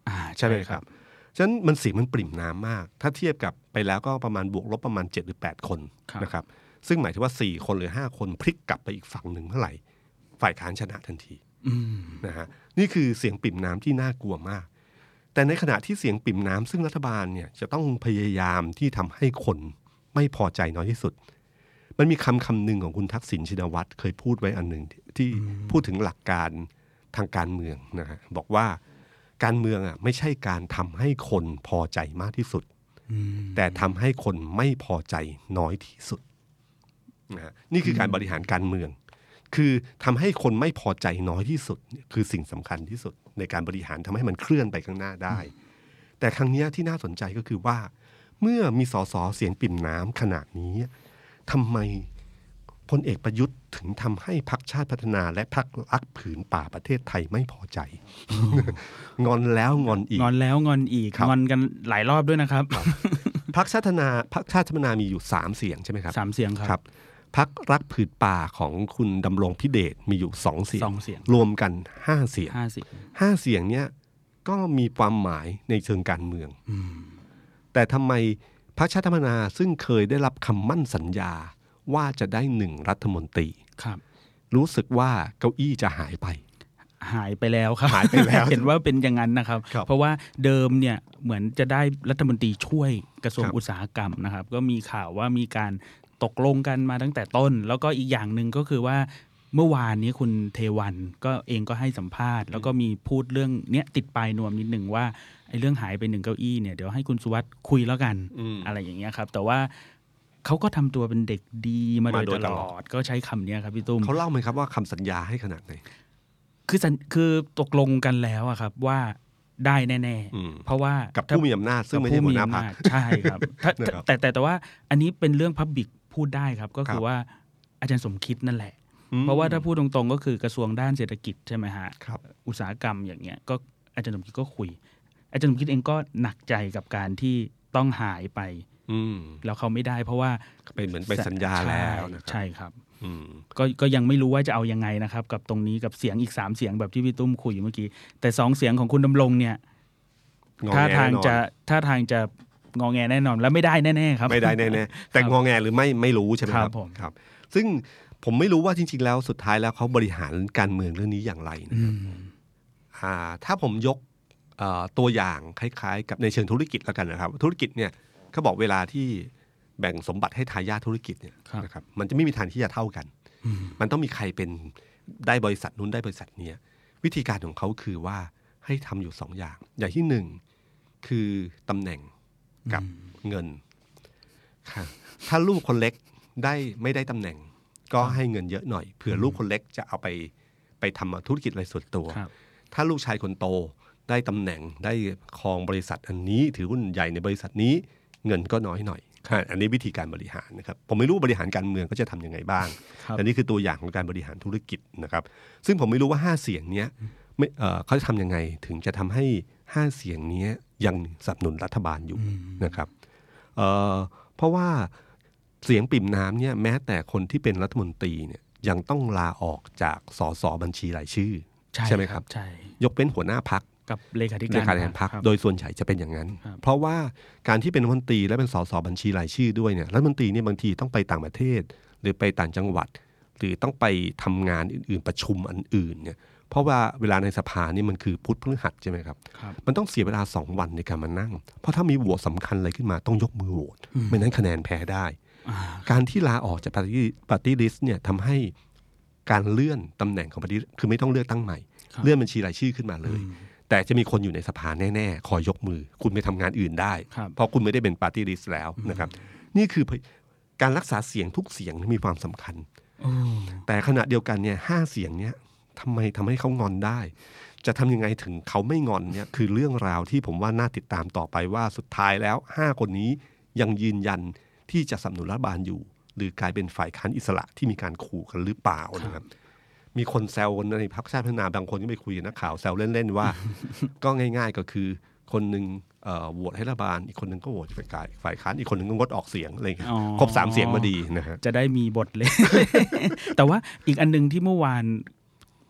ใช่ไหมครับฉะนั้นมันเสียงมันปริ่มน้ำมากถ้าเทียบกับไปแล้วก็ประมาณบวกลบประมาณเจ็ดหรือแปดคนนะครับซึ่งหมายถึงว่าสี่คนหรือห้าคนพลิกกลับไปอีกฝั่งหนึ่งเมื่อไหร่ฝ่ายค้านชนะทันทีนะฮะนี่คือเสียงปริ่มน้ำที่น่ากลัวมากแต่ในขณะที่เสียงปริ่มน้ำซึ่งรัฐบาลเนี่ยจะต้องพยายามที่ทำให้คนไม่พอใจน้อยที่สุดมันมีคำคำหนึ่งของคุณทักษิณชินวัตรเคยพูดไว้อันหนึ่งที่พูดถึงหลักการทางการเมืองนะฮะบอกว่าการเมืองอ่ะไม่ใช่การทำให้คนพอใจมากที่สุดแต่ทำให้คนไม่พอใจน้อยที่สุดนะนี่คือการบริหารการเมืองคือทำให้คนไม่พอใจน้อยที่สุดคือสิ่งสำคัญที่สุดในการบริหารทำให้มันเคลื่อนไปข้างหน้าได้แต่ครั้งนี้ที่น่าสนใจก็คือว่าเมื่อมีสสเสียงปริ่มน้ำขนาดนี้ทำไมพลเอกประยุทธ์ถึงทำให้พรรคชาติพัฒนาและพรรครักผืนป่าประเทศไทยไม่พอใจ งอนแล้วงอนอีกงอนแล้วงอนอีกงอนกันหลายรอบด้วยนะครับพรรคชาติพัฒนาพรรคชาติพัฒนามีอยู่สามเสียงใช่ไหมครับสามเสียงครับพรรครักผืนป่าของคุณดำรงพิเดชมีอยู่สองเสียงรวมกันห้าเสียงห้าเสียงห้าเสียงเนี้ยก็มีความหมายในเชิงการเมืองแต่ทำไมพรรคชาติพัฒนาซึ่งเคยได้รับคำมั่นสัญญาว่าจะได้หนึ่งรัฐมนตรีครับรู้สึกว่าเก้าอี้จะหายไปหายไปแล้วครับหายไปแล้วเห็นว่าเป็นอย่างนั้นนะครับเพราะว่าเดิมเนี่ยเหมือนจะได้รัฐมนตรีช่วยกระทรวงอุตสาหกรรมนะครับก็มีข่าวว่ามีการตกลงกันมาตั้งแต่ต้นแล้วก็อีกอย่างหนึ่งก็คือว่าเมื่อวานนี้คุณเทวันก็เองก็ให้สัมภาษณ์แล้วก็มีพูดเรื่องเนี้ยติดปลายนวมนิดหนึ่งว่าไอ้เรื่องหายไปหนึ่งเก้าอี้เนี่ยเดี๋ยวให้คุณสุวัสดิ์คุยแล้วกัน อ, อะไรอย่างเงี้ยครับแต่ว่าเขาก็ทำตัวเป็นเด็กดีมาโดยตลอดก็ใช้คำนี้ครับพี่ตุ้มเขาเล่าไหมครับว่าคำสัญญาให้ขนาดไหนคือคือตกลงกันแล้วอะครับว่าได้แน่ๆเพราะว่ากับผู้มีอำนาจซึ่งไม่ใช่หัวหน้าพรรคใช่ครับแต่แต่แต่ว่าอันนี้เป็นเรื่องพับบิกพูดได้ครับก็คือว่าอาจารย์สมคิดนั่นแหละเพราะว่าถ้าพูดตรงๆก็คือกระทรวงด้านเศรษฐกิจใช่ไหมฮะอุตสาหกรรมอย่างเงี้ยก็อาจารย์สมคิดก็คุยอาจารย์สมคิดเองก็หนักใจกับการที่ต้องหายไปแล้วเขาไม่ได้เพราะว่าเป็นเหมือนไปสัญญาแล้วใช่ครับก็ก็ยังไม่รู้ว่าจะเอายังไงนะครับกับตรงนี้กับเสียงอีกสามเสียงแบบที่พี่ตุ้มคุยอยู่เมื่อกี้แต่สองเสียงของคุณดำรงเนี่ยท่าทางจะท่าทางจะงอแงแน่นอนและไม่ได้แน่ๆครับไม่ได้แน่ๆแต่งอแงหรือไม่ไม่รู้ใช่ไหมครับครับซึ่งผมไม่รู้ว่าจริงๆแล้วสุดท้ายแล้วเขาบริหารการเมืองเรื่องนี้อย่างไรนะครับถ้าผมยกตัวอย่างคล้ายๆกับในเชิงธุรกิจแล้วกันนะครับธุรกิจเนี่ยเขาบอกเวลาที่แบ่งสมบัติให้ทายาทธุรกิจเนี่ยนะครับมันจะไม่มีทางที่จะเท่ากันมันต้องมีใครเป็นได้บริษัทนู้นได้บริษัทนี้วิธีการของเขาคือว่าให้ทำอยู่สองอย่างอย่างที่หนึ่งคือตำแหน่งกับเงินถ้าลูกคนเล็กได้ไม่ได้ตำแหน่งก็ให้เงินเยอะหน่อยเผื่อลูกคนเล็กจะเอาไปไปทำธุรกิจอะไรส่วนตัวถ้าลูกชายคนโตได้ตำแหน่งได้ครองบริษัทอันนี้ถือหุ้นใหญ่ในบริษัทนี้เงินก็น้อยหน่อยอันนี้วิธีการบริหารนะครับผมไม่รู้บริหารการเมืองก็จะทำยังไงบ้างแต่นี่คือตัวอย่างของการบริหารธุรกิจนะครับซึ่งผมไม่รู้ว่าห้าเสียงนี้ไม่เอ่อเขาจะทำยังไงถึงจะทำให้ห้าเสียงนี้ยังสนับสนุนรัฐบาลอยู่นะครับเอ่อเพราะว่าเสียงปริ่มน้ำเนี่ยแม้แต่คนที่เป็นรัฐมนตรีเนี่ยยังต้องลาออกจากสสบัญชีรายชื่อใช่ไหมครับใช่ยกเป็นหัวหน้าพรรคกับเลขาธิการพรรคโดยส่วนใหญ่จะเป็นอย่างนั้นเพราะว่าการที่เป็นรัฐมนตรีและเป็นสสบัญชีรายชื่อด้วยเนี่ยรัฐมนตรีเนี่ยบางทีต้องไปต่างประเทศหรือไปต่างจังหวัดหรือต้องไปทำงานอื่นๆประชุมอันอื่นเนี่ยเพราะว่าเวลาในสภานี่มันคือพุธพฤหัสใช่ไหมครับมันต้องเสียเวลาสองวันในการมานั่งเพราะถ้ามีโหวตสำคัญอะไรขึ้นมาต้องยกมือโหวตไม่นั้นคะแนนแพ้ได้การที่ลาออกจากปาร์ตี้ปาร์ตี้ลิสต์เนี่ยทำให้การเลื่อนตำแหน่งของปาร์ตี้คือไม่ต้องเลือกตั้งใหม่เลื่อนบัญชีรายชื่อขึ้นมาเลยแต่จะมีคนอยู่ในสภาแน่ๆคอยยกมือคุณไปทำงานอื่นได้เพราะคุณไม่ได้เป็นปาร์ตี้ลิสต์แล้วนะครับนี่คือการรักษาเสียงทุกเสียงมีความสำคัญแต่ขณะเดียวกันเนี่ยห้าเสียงเนี้ยทำไมทำให้เขางอนได้จะทำยังไงถึงเขาไม่งอนเนี่ยคือเรื่องราวที่ผมว่าน่าติดตามต่อไปว่าสุดท้ายแล้วห้าคนนี้ยังยืนยันที่จะสนับสนุนรัฐบาลอยู่หรือกลายเป็นฝ่ายค้านอิสระที่มีการขู่กันหรือเปล่านะครับมีคนแซวในพรรคชาติพัฒนาบางคนก็ไปคุยกับนักข่าวแซวเล่นๆว่าก็ง่ายๆก็คือคนหนึ่งโหวตให้รัฐบาลอีกคนหนึ่งก็โหวตฝ่ายฝ่ายค้านอีกคนหนึ่งก็งดออกเสียงอะไรครบสามเสียงมาดีนะฮะจะได้มีบทเลย แต่ว่าอีกอันนึงที่เมื่อวาน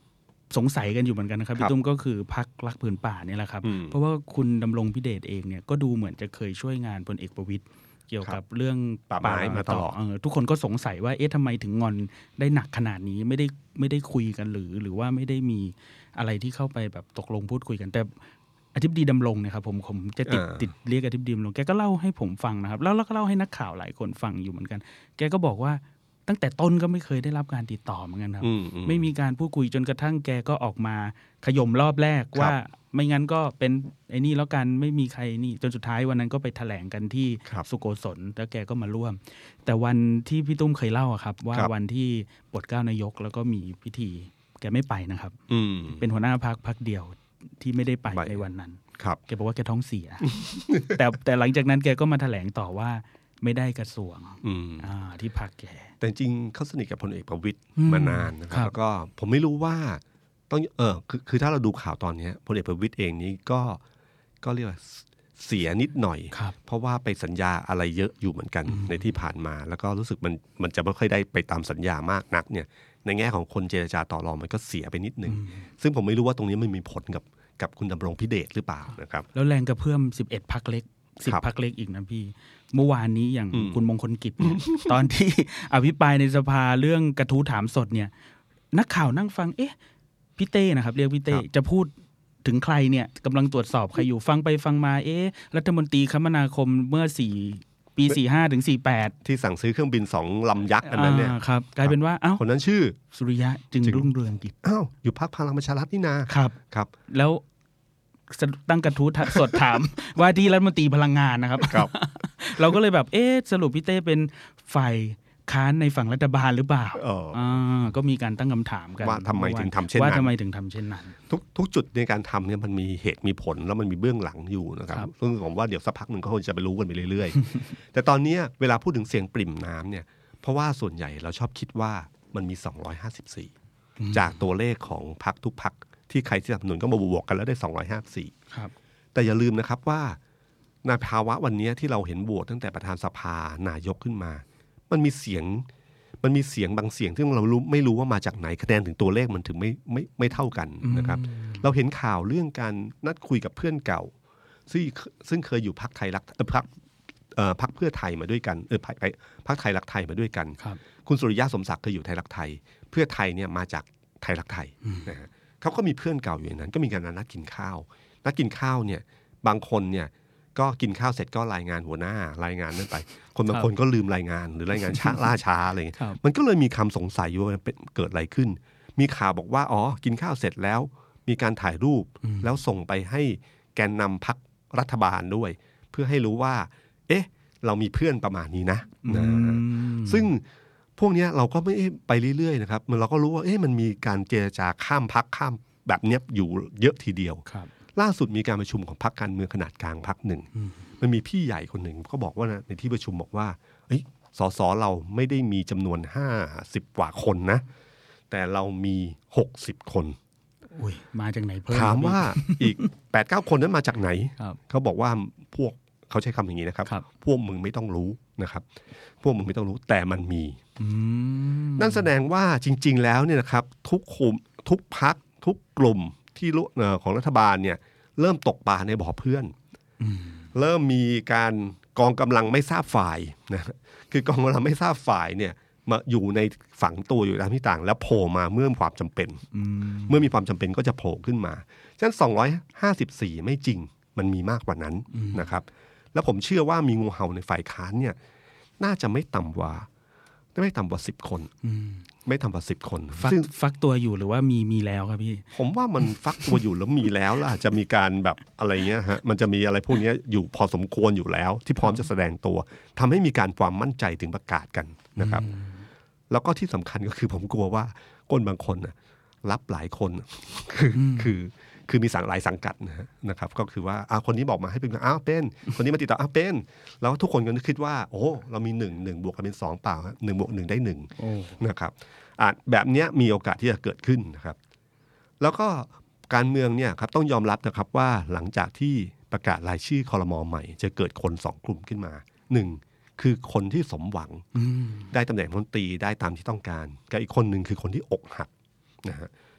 สงสัยกันอยู่เหมือนกันนะครับพี่ตุ้มก็คือพรรครักผืนป่านี่แหละครับเพราะว่าคุณดำรงพิเดชเองเนี่ยก็ดูเหมือนจะเคยช่วยงานพลเอกประวิตรเกี่ยวกับเรื่องป่าไม้มาตลอดทุกคนก็สงสัยว่าเอ๊ะทำไมถึงงอนได้หนักขนาดนี้ไม่ได้ไม่ได้คุยกันหรือหรือว่าไม่ได้มีอะไรที่เข้าไปแบบตกลงพูดคุยกันแต่อธิบดีดำรงเนี่ยครับผมผมจะติดติดเรียกอธิบดีดำรงแกก็เล่าให้ผมฟังนะครับแล้วก็เล่าให้นักข่าวหลายคนฟังอยู่เหมือนกันแกก็บอกว่าตั้งแต่ต้นก็ไม่เคยได้รับการติดต่อเหมือนกันครับไม่มีการพูดคุยจนกระทั่งแกก็ออกมาขย่มรอบแรกว่าไม่งั้นก็เป็นไอ้นี่แล้วกันไม่มีใครนี่จนสุดท้ายวันนั้นก็ไปแถลงกันที่สุโกศลแล้วแกก็มาร่วมแต่วันที่พี่ตุ้มเคยเล่าครับว่าวันที่โปรดเกล้านายกแล้วก็มีพิธีแกไม่ไปนะครับเป็นหัวหน้าพรรคพรรคเดียวที่ไม่ได้ไปในวันนั้นแกบอกว่าแกท้องเสีย แต่แต่หลังจากนั้นแกก็มาแถลงต่อว่าไม่ได้กระทรวงที่พรรคแกแต่จริงเขาสนิทกับพลเอกประวิตรมานานนะครับแล้วก็ผมไม่รู้ว่าต้องเออคือคือถ้าเราดูข่าวตอนนี้พลเอกประวิตรเองนี้ก็ก็เรียกว่าเสียนิดหน่อยเพราะว่าไปสัญญาอะไรเยอะอยู่เหมือนกันในที่ผ่านมาแล้วก็รู้สึกมันมันจะไม่ค่อยได้ไปตามสัญญามากนักเนี่ยในแง่ของคนเจรจาต่อรองมันก็เสียไปนิดนึงซึ่งผมไม่รู้ว่าตรงนี้มันมีผลกับกับคุณดำรงพิเดชหรือเปล่านะครับแล้วแรงกระเพื่อมสิบเอ็ดพรรคเล็กสิบพรรคเล็กอีกนะพี่เมื่อวานนี้อย่างคุณมงคลกิจ ตอนที่อภิปรายในสภาเรื่องกระทู้ถามสดเนี่ยนักข่าวนั่งฟังเอ๊ะพี่เต้นะครับเรียกพี่เต้จะพูดถึงใครเนี่ยกำลังตรวจสอบใครอยู่ฟังไปฟังมาเอ๊ะรัฐมนตรีคมนาคมเมื่อสี่ปีสี่สิบห้าถึงสี่สิบแปดที่สั่งซื้อเครื่องบินสองลำยักษ์อันนั้นเนี่ยครับกลายเป็นว่าอ้าวคนนั้นชื่อสุริยะจึงรุ่งเรืองกิจอ้าวอยู่พรรคพลังประชารัฐนี่นาครับครับแล้วตั้งกระทู้สดถามว่าที่รัฐมนตรีพลังงานนะครับเราก็เลยแบบเอ๊ะสรุปพี่เต้เป็นฝ่ายค้านในฝั่งรัฐบาลหรือเปล่าอ่าก็มีการตั้งคำถามกันว่าทำไมถึงทำเช่นนั้นว่าทำไมถึงทำเช่นนั้นทุกทุกจุดในการทำเนี่ยมันมีเหตุมีผลแล้วมันมีเบื้องหลังอยู่นะครับซึ่งผมว่าเดี๋ยวสักพักหนึ่งก็คงจะไปรู้กันไปเรื่อยๆแต่ตอนนี้เวลาพูดถึงเสียงปริ่มน้ำเนี่ยเพราะว่าส่วนใหญ่เราชอบคิดว่ามันมีสองร้อยห้าสิบสี่จากตัวเลขของพรรคทุกพรรคที่ใครที่สนับสนุนก็มาบวกกันแล้วได้สองร้อยห้าสิบสี่ครับแต่อย่าลืมนะครับว่าในภาวะวันนี้ที่เราเห็นโหวตตั้งแต่ประธานสภานายกขึ้นมามันมีเสียงมันมีเสียงบางเสียงที่เรารู้ไม่รู้ว่ามาจากไหนคะแนนถึงตัวเลขมันถึงไม่ไม่ไม่เท่ากันนะครับเราเห็นข่าวเรื่องการนัดคุยกับเพื่อนเก่าซึ่งซึ่งเคยอยู่พรรคไทยรักเออพรรคเอ่อพรรคเพื่อไทยมาด้วยกันเออพรรคพรรคไทยรักไทยมาด้วยกันคุณสุริยะสมศักดิ์เคยอยู่ไทยรักไทยเพื่อไทยเนี่ยมาจากไทยรักไทยนะฮะเขาก็มีเพื่อนเก่าอยู่ในนั้นก็มีการนัดกินข้าวนัดกินข้าวเนี่ยบางคนเนี่ยก็กินข้าวเสร็จก็รายงานหัวหน้ารายงานนั่นไปคนบางคนก็ลืมรายงานหรือรายงานช้าล่าช้าอะไรอย่างเงี้ยมันก็เลยมีคำสงสัยว่าเป็นเกิดอะไรขึ้นมีข่าวบอกว่าอ๋อกินข้าวเสร็จแล้วมีการถ่ายรูปแล้วส่งไปให้แกนนำพรรครัฐบาลด้วยเพื่อให้รู้ว่าเอ๊ะเรามีเพื่อนประมาณนี้นะนะซึ่งพวกนี้เราก็ไม่ไปเรื่อยๆนะครับมันเราก็รู้ว่าเอ๊ะมันมีการเจรจาข้ามพรรคข้ามแบบเนี้ยอยู่เยอะทีเดียวล่าสุดมีการประชุมของพรรคการเมืองขนาดกลางพรรคหนึ่งมันมีพี่ใหญ่คนหนึ่งก็บอกว่าในที่ประชุมบอกว่าเฮ้ยสสเราไม่ได้มีจำนวนห้าสิบกว่าคนนะแต่เรามีหกสิบคนอุ้ยมาจากไหนเพิ่มถามว่าอีก แปดเก้า คนนั้นมาจากไหนเขาบอกว่าพวกเขาใช้คำอย่างนี้นะครับพวกมึงไม่ต้องรู้นะครับพวกมึงไม่ต้องรู้แต่มันมีนั่นแสดงว่าจริงๆแล้วเนี่ยนะครับทุกคุมทุกพรรคทุกกลุ่มที่ของรัฐบาลเนี่ยเริ่มตกปลาในบ่อเพื่อนเริ่มมีการกองกำลังไม่ทราบฝ่ายนะคือกองกำลังไม่ทราบฝ่ายเนี่ยมาอยู่ในฝังตัวอยู่ตามที่ต่างแล้วโผล่มาเมื่อมีความจำเป็นเมื่อมีความจำเป็นก็จะโผล่ขึ้นมาฉะนั้นสองร้อยห้าสิบสี่ไม่จริงมันมีมากกว่านั้นนะครับแล้วผมเชื่อว่ามีงูเห่าในฝ่ายค้านเนี่ยน่าจะไม่ต่ำกว่าไม่ต่ำกว่าสิบคนไม่ต่ำกว่าสิบคนซึ่งฟักตัวอยู่หรือว่ามีมีแล้วครับพี่ผมว่ามันฟักตัวอยู่แล้วมีแล้วแล้วอาจจะมีการแบบอะไรเงี้ยฮะมันจะมีอะไรพวกนี้อยู่พอสมควรอยู่แล้วที่พร้อมจะแสดงตัวทำให้มีการความมั่นใจถึงประกาศกันนะครับแล้วก็ที่สำคัญก็คือผมกลัวว่าคนบางคนรับหลายคนคือคือคือมีสังหลายสังกัดนะนะครับก็คือว่าอ้าวคนนี้บอกมาให้เป็นอ้าวเป็นคนนี้มาติดต่ออ้าวเป็นแล้วทุกคนก็คิดว่าโอ้เรามีหนึ่งหนึ่งบวกกันเป็นสองเปล่าฮะหนึ่งบวกหนึ่งได้หนึ่งนะครับอ่าแบบนี้มีโอกาสที่จะเกิดขึ้นนะครับแล้วก็การเมืองเนี่ยครับต้องยอมรับนะครับว่าหลังจากที่ประกาศรายชื่อครม.ใหม่จะเกิดคนสองกลุ่มขึ้นมาหนึ่งคือคนที่สมหวังได้ตำแหน่งรัฐมนตรีได้ตามที่ต้องการกับอีกคนหนึ่งคือคนที่อกหักนะฮะฉ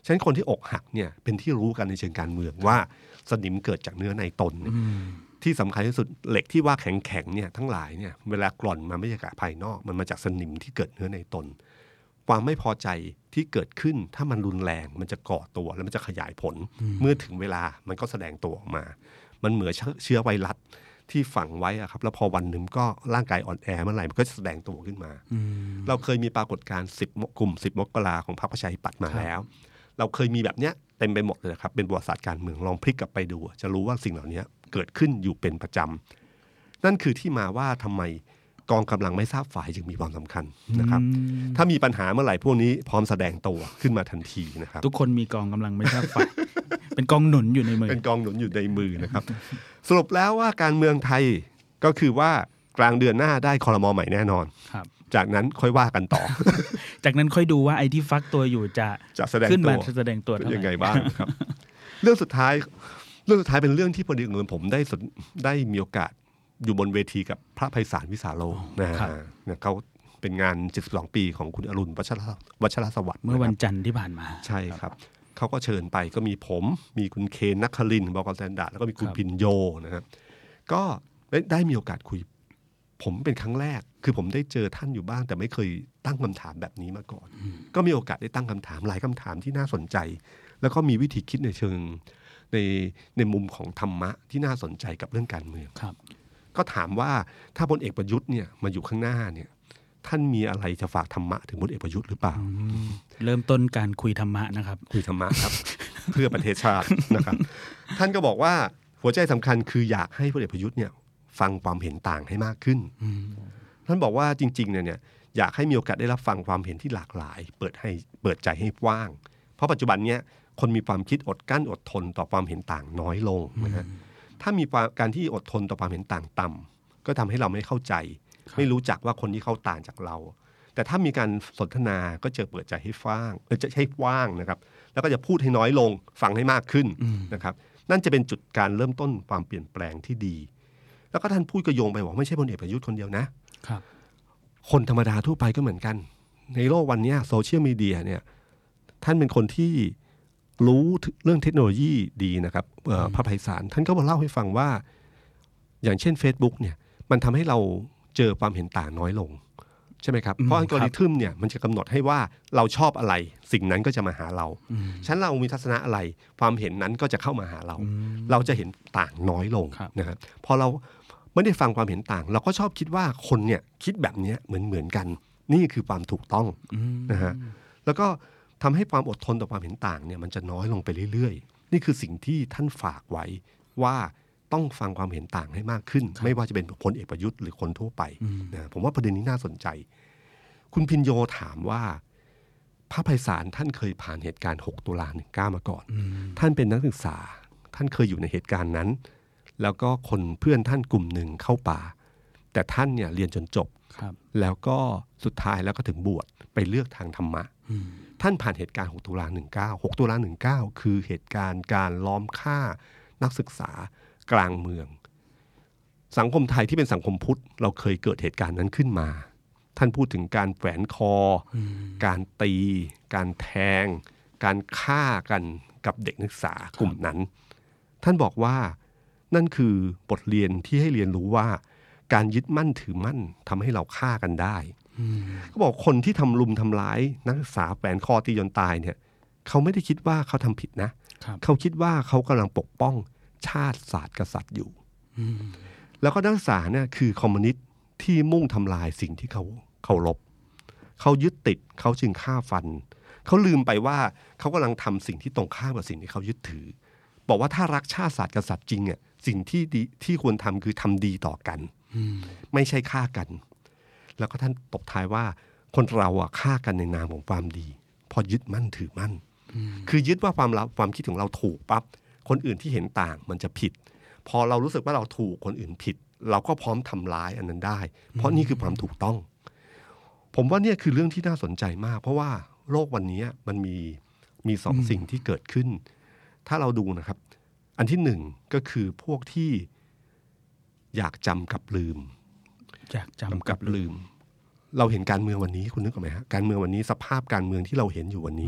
ฉะนั้นคนที่อกหักเนี่ยเป็นที่รู้กันในเชิงการเมืองว่าสนิมเกิดจากเนื้อในตนที่สำคัญที่สุดเหล็กที่ว่าแข็งๆเนี่ยทั้งหลายเนี่ยเวลากร่อนมาไม่ใช่จากภายนอกมันมาจากสนิมที่เกิดเนื้อในตนความไม่พอใจที่เกิดขึ้นถ้ามันรุนแรงมันจะก่อตัวแล้วมันจะขยายผลเมื่อถึงเวลามันก็แสดงตัวออกมามันเหมือนเชื้อไวรัสที่ฝังไว้อะครับแล้วพอวันหนึ่งก็ร่างกายอ่อนแอเมื่อไหร่มันก็จะแสดงตัวขึ้นมาเราเคยมีปรากฏการณ์สิบกลุ่มสิบมกราของพรรคประชาธิปัตย์มาแล้วเราเคยมีแบบเนี้ยเต็มไปหมดเลยครับเป็นประวัติศาสตร์การเมืองลองพลิกกลับไปดูจะรู้ว่าสิ่งเหล่านี้เกิดขึ้นอยู่เป็นประจำนั่นคือที่มาว่าทำไมกองกำลังไม่ทราบฝ่ายจึงมีความสำคัญนะครับถ้ามีปัญหาเมื่อไหร่พวกนี้พร้อมแสดงตัวขึ้นมาทันทีนะครับทุกคนมีกองกำลังไม่ทราบฝ่าย เป็นกองหนุนอยู่ในมือเป็นกองหนุนอยู่ในมือนะครับ สรุปแล้วว่าการเมืองไทยก็คือว่ากลางเดือนหน้าได้ครม.ใหม่แน่นอนจากนั้นค่อยว่ากันต่อจากนั้นค่อยดูว่าไอ้ที่ฟักตัวอยู่จะจะแสดงขึ้นมาตัวแสดงตัวยังไงบ้างครับ เรื่องสุดท้ายเรื่องสุดท้ายเป็นเรื่องที่พอดีเงินผมได้ได้มีโอกาสอยู่บนเวทีกับพระไพศาลวิสาโลนะฮะเขาเป็นงานเจ็ดสิบสองปีของคุณอรุณวัชรวัชรสวัสดิ์เมื่อวันจันทร์ที่ผ่านมาใช่ครับเขาก็เชิญไปก็มีผมมีคุณเคนนักคลินทร์บก.สแตนดาร์ดแล้วก็มีคุณพินโยนะครับก็ได้มีโอกาสคุยผมเป็นครั้งแรกคือผมได้เจอท่านอยู่บ้างแต่ไม่เคยตั้งคำถามแบบนี้มาก่อนก็มีโอกาสได้ตั้งคำถามหลายคำถามที่น่าสนใจแล้วก็มีวิธีคิดในเชิงในในมุมของธรรมะที่น่าสนใจกับเรื่องการเมืองก็ถามว่าถ้าพลเอกประยุทธ์เนี่ยมาอยู่ข้างหน้าเนี่ยท่านมีอะไรจะฝากธรรมะถึงพลเอกประยุทธ์หรือเปล่าเริ่มต้นการคุยธรรมะนะครับคุยธรรมะครับ เพื่อประเทศชาตินะครับท่านก็บอกว่าหัวใจสำคัญคืออยากให้พลเอกประยุทธ์เนี่ยฟังความเห็นต่างให้มากขึ้นท่านบอกว่าจริงๆเนี่ยอยากให้มีโอกาสได้รับฟังความเห็นที่หลากหลายเปิดให้เปิดใจให้กว้างเพราะปัจจุบันเนี้ยคนมีความคิดอดกั้นอดทนต่อความเห็นต่างน้อยลงนะฮะถ้ามีการที่อดทนต่อความเห็นต่างต่ำก็ทำให้เราไม่เข้าใจไม่รู้จักว่าคนที่เขาต่างจากเราแต่ถ้ามีการสนทนาก็จะเปิดใจให้ฟังเออจะให้กว้างนะครับแล้วก็จะพูดให้น้อยลงฟังให้มากขึ้นนะครับนั่นจะเป็นจุดการเริ่มต้นความเปลี่ยนแปลงที่ดีแล้วก็ท่านพูดกระโยงไปบอกไม่ใช่พลเอกประยุทธ์คนเดียวนะครับคนธรรมดาทั่วไปก็เหมือนกันในโลกวันนี้โซเชียลมีเดียเนี่ยท่านเป็นคนที่รู้เรื่องเทคโนโลยีดีนะครับพระไพศาลท่านก็มาเล่าให้ฟังว่าอย่างเช่น Facebook เนี่ยมันทำให้เราเจอความเห็นต่างน้อยลงใช่ไหมครับเพราะอัลกอริทึมเนี่ยมันจะกำหนดให้ว่าเราชอบอะไรสิ่งนั้นก็จะมาหาเราฉะนั้นเรามีทัศนะอะไรความเห็นนั้นก็จะเข้ามาหาเราเราจะเห็นต่างน้อยลงนะครับพอเราไม่ได้ฟังความเห็นต่างเราก็ชอบคิดว่าคนเนี่ยคิดแบบนี้เหมือนเหมือนกันนี่คือความถูกต้องนะฮะแล้วก็ทำให้ความอดทนต่อความเห็นต่างเนี่ยมันจะน้อยลงไปเรื่อยๆนี่คือสิ่งที่ท่านฝากไว้ว่าต้องฟังความเห็นต่างให้มากขึ้นไม่ว่าจะเป็นพลเอกประยุทธ์หรือคนทั่วไปนะผมว่าประเด็นนี้น่าสนใจคุณพินโยถามว่าพระไพศาลท่านเคยผ่านเหตุการณ์หกตุลาสิบเก้ามาก่อนท่านเป็นนักศึกษาท่านเคยอยู่ในเหตุการณ์นั้นแล้วก็คนเพื่อนท่านกลุ่มหนึ่งเข้าป่าแต่ท่านเนี่ยเรียนจนจบแล้วก็สุดท้ายแล้วก็ถึงบวชไปเลือกทางธรรมะท่านผ่านเหตุการณ์หกตุลาสิบเก้า หกตุลาสิบเก้าคือเหตุการณ์การล้อมฆ่านักศึกษากลางเมืองสังคมไทยที่เป็นสังคมพุทธเราเคยเกิดเหตุการณ์นั้นขึ้นมาท่านพูดถึงการแฝงคอการตีการแทงการฆ่ากันกับเด็กนักศึกษากลุ่มนั้นท่านบอกว่านั่นคือบทเรียนที่ให้เรียนรู้ว่าการยึดมั่นถือมั่นทำให้เราฆ่ากันได้เขาบอกคนที่ทำลุมทำร้ายนักศึกษาแฝงคอตีจนตายเนี่ยเขาไม่ได้คิดว่าเขาทำผิดนะเขาคิดว่าเขากำลังปกป้องชาติศาสตร์กษัตริย์อยู่แล้วก็นักศึกษาเนี่ยคือคอมมิวนิสต์ที่มุ่งทำลายสิ่งที่เขาเคารพเขายึดติดเขาจึงฆ่าฟันเขาลืมไปว่าเขากำลังทำสิ่งที่ตรงข้ามกับสิ่งที่เขายึดถือบอกว่าถ้ารักชาติศาสตร์กษัตริย์จริงอ่ะสิ่งที่ดีที่ควรทำคือทำดีต่อกันไม่ใช่ฆ่ากันแล้วก็ท่านตบท้ายว่าคนเราอ่ะฆ่ากันในนามของความดีพอยึดมั่นถือมั่นคือยึดว่าความความคิดของเราถูกปั๊บคนอื่นที่เห็นต่างมันจะผิดพอเรารู้สึกว่าเราถูกคนอื่นผิดเราก็พร้อมทำร้ายอันนั้นได้เพราะนี่คือความถูกต้องผมว่าเนี่ยคือเรื่องที่น่าสนใจมากเพราะว่าโลกวันนี้มันมีมีสองสิ่งที่เกิดขึ้นถ้าเราดูนะครับอันที่หนึ่งก็คือพวกที่อยากจำกับลืมอยากจำกับลืมเราเห็นการเมืองวันนี้คุณนึกออกไหมฮะการเมืองวันนี้สภาพการเมืองที่เราเห็นอยู่วันนี้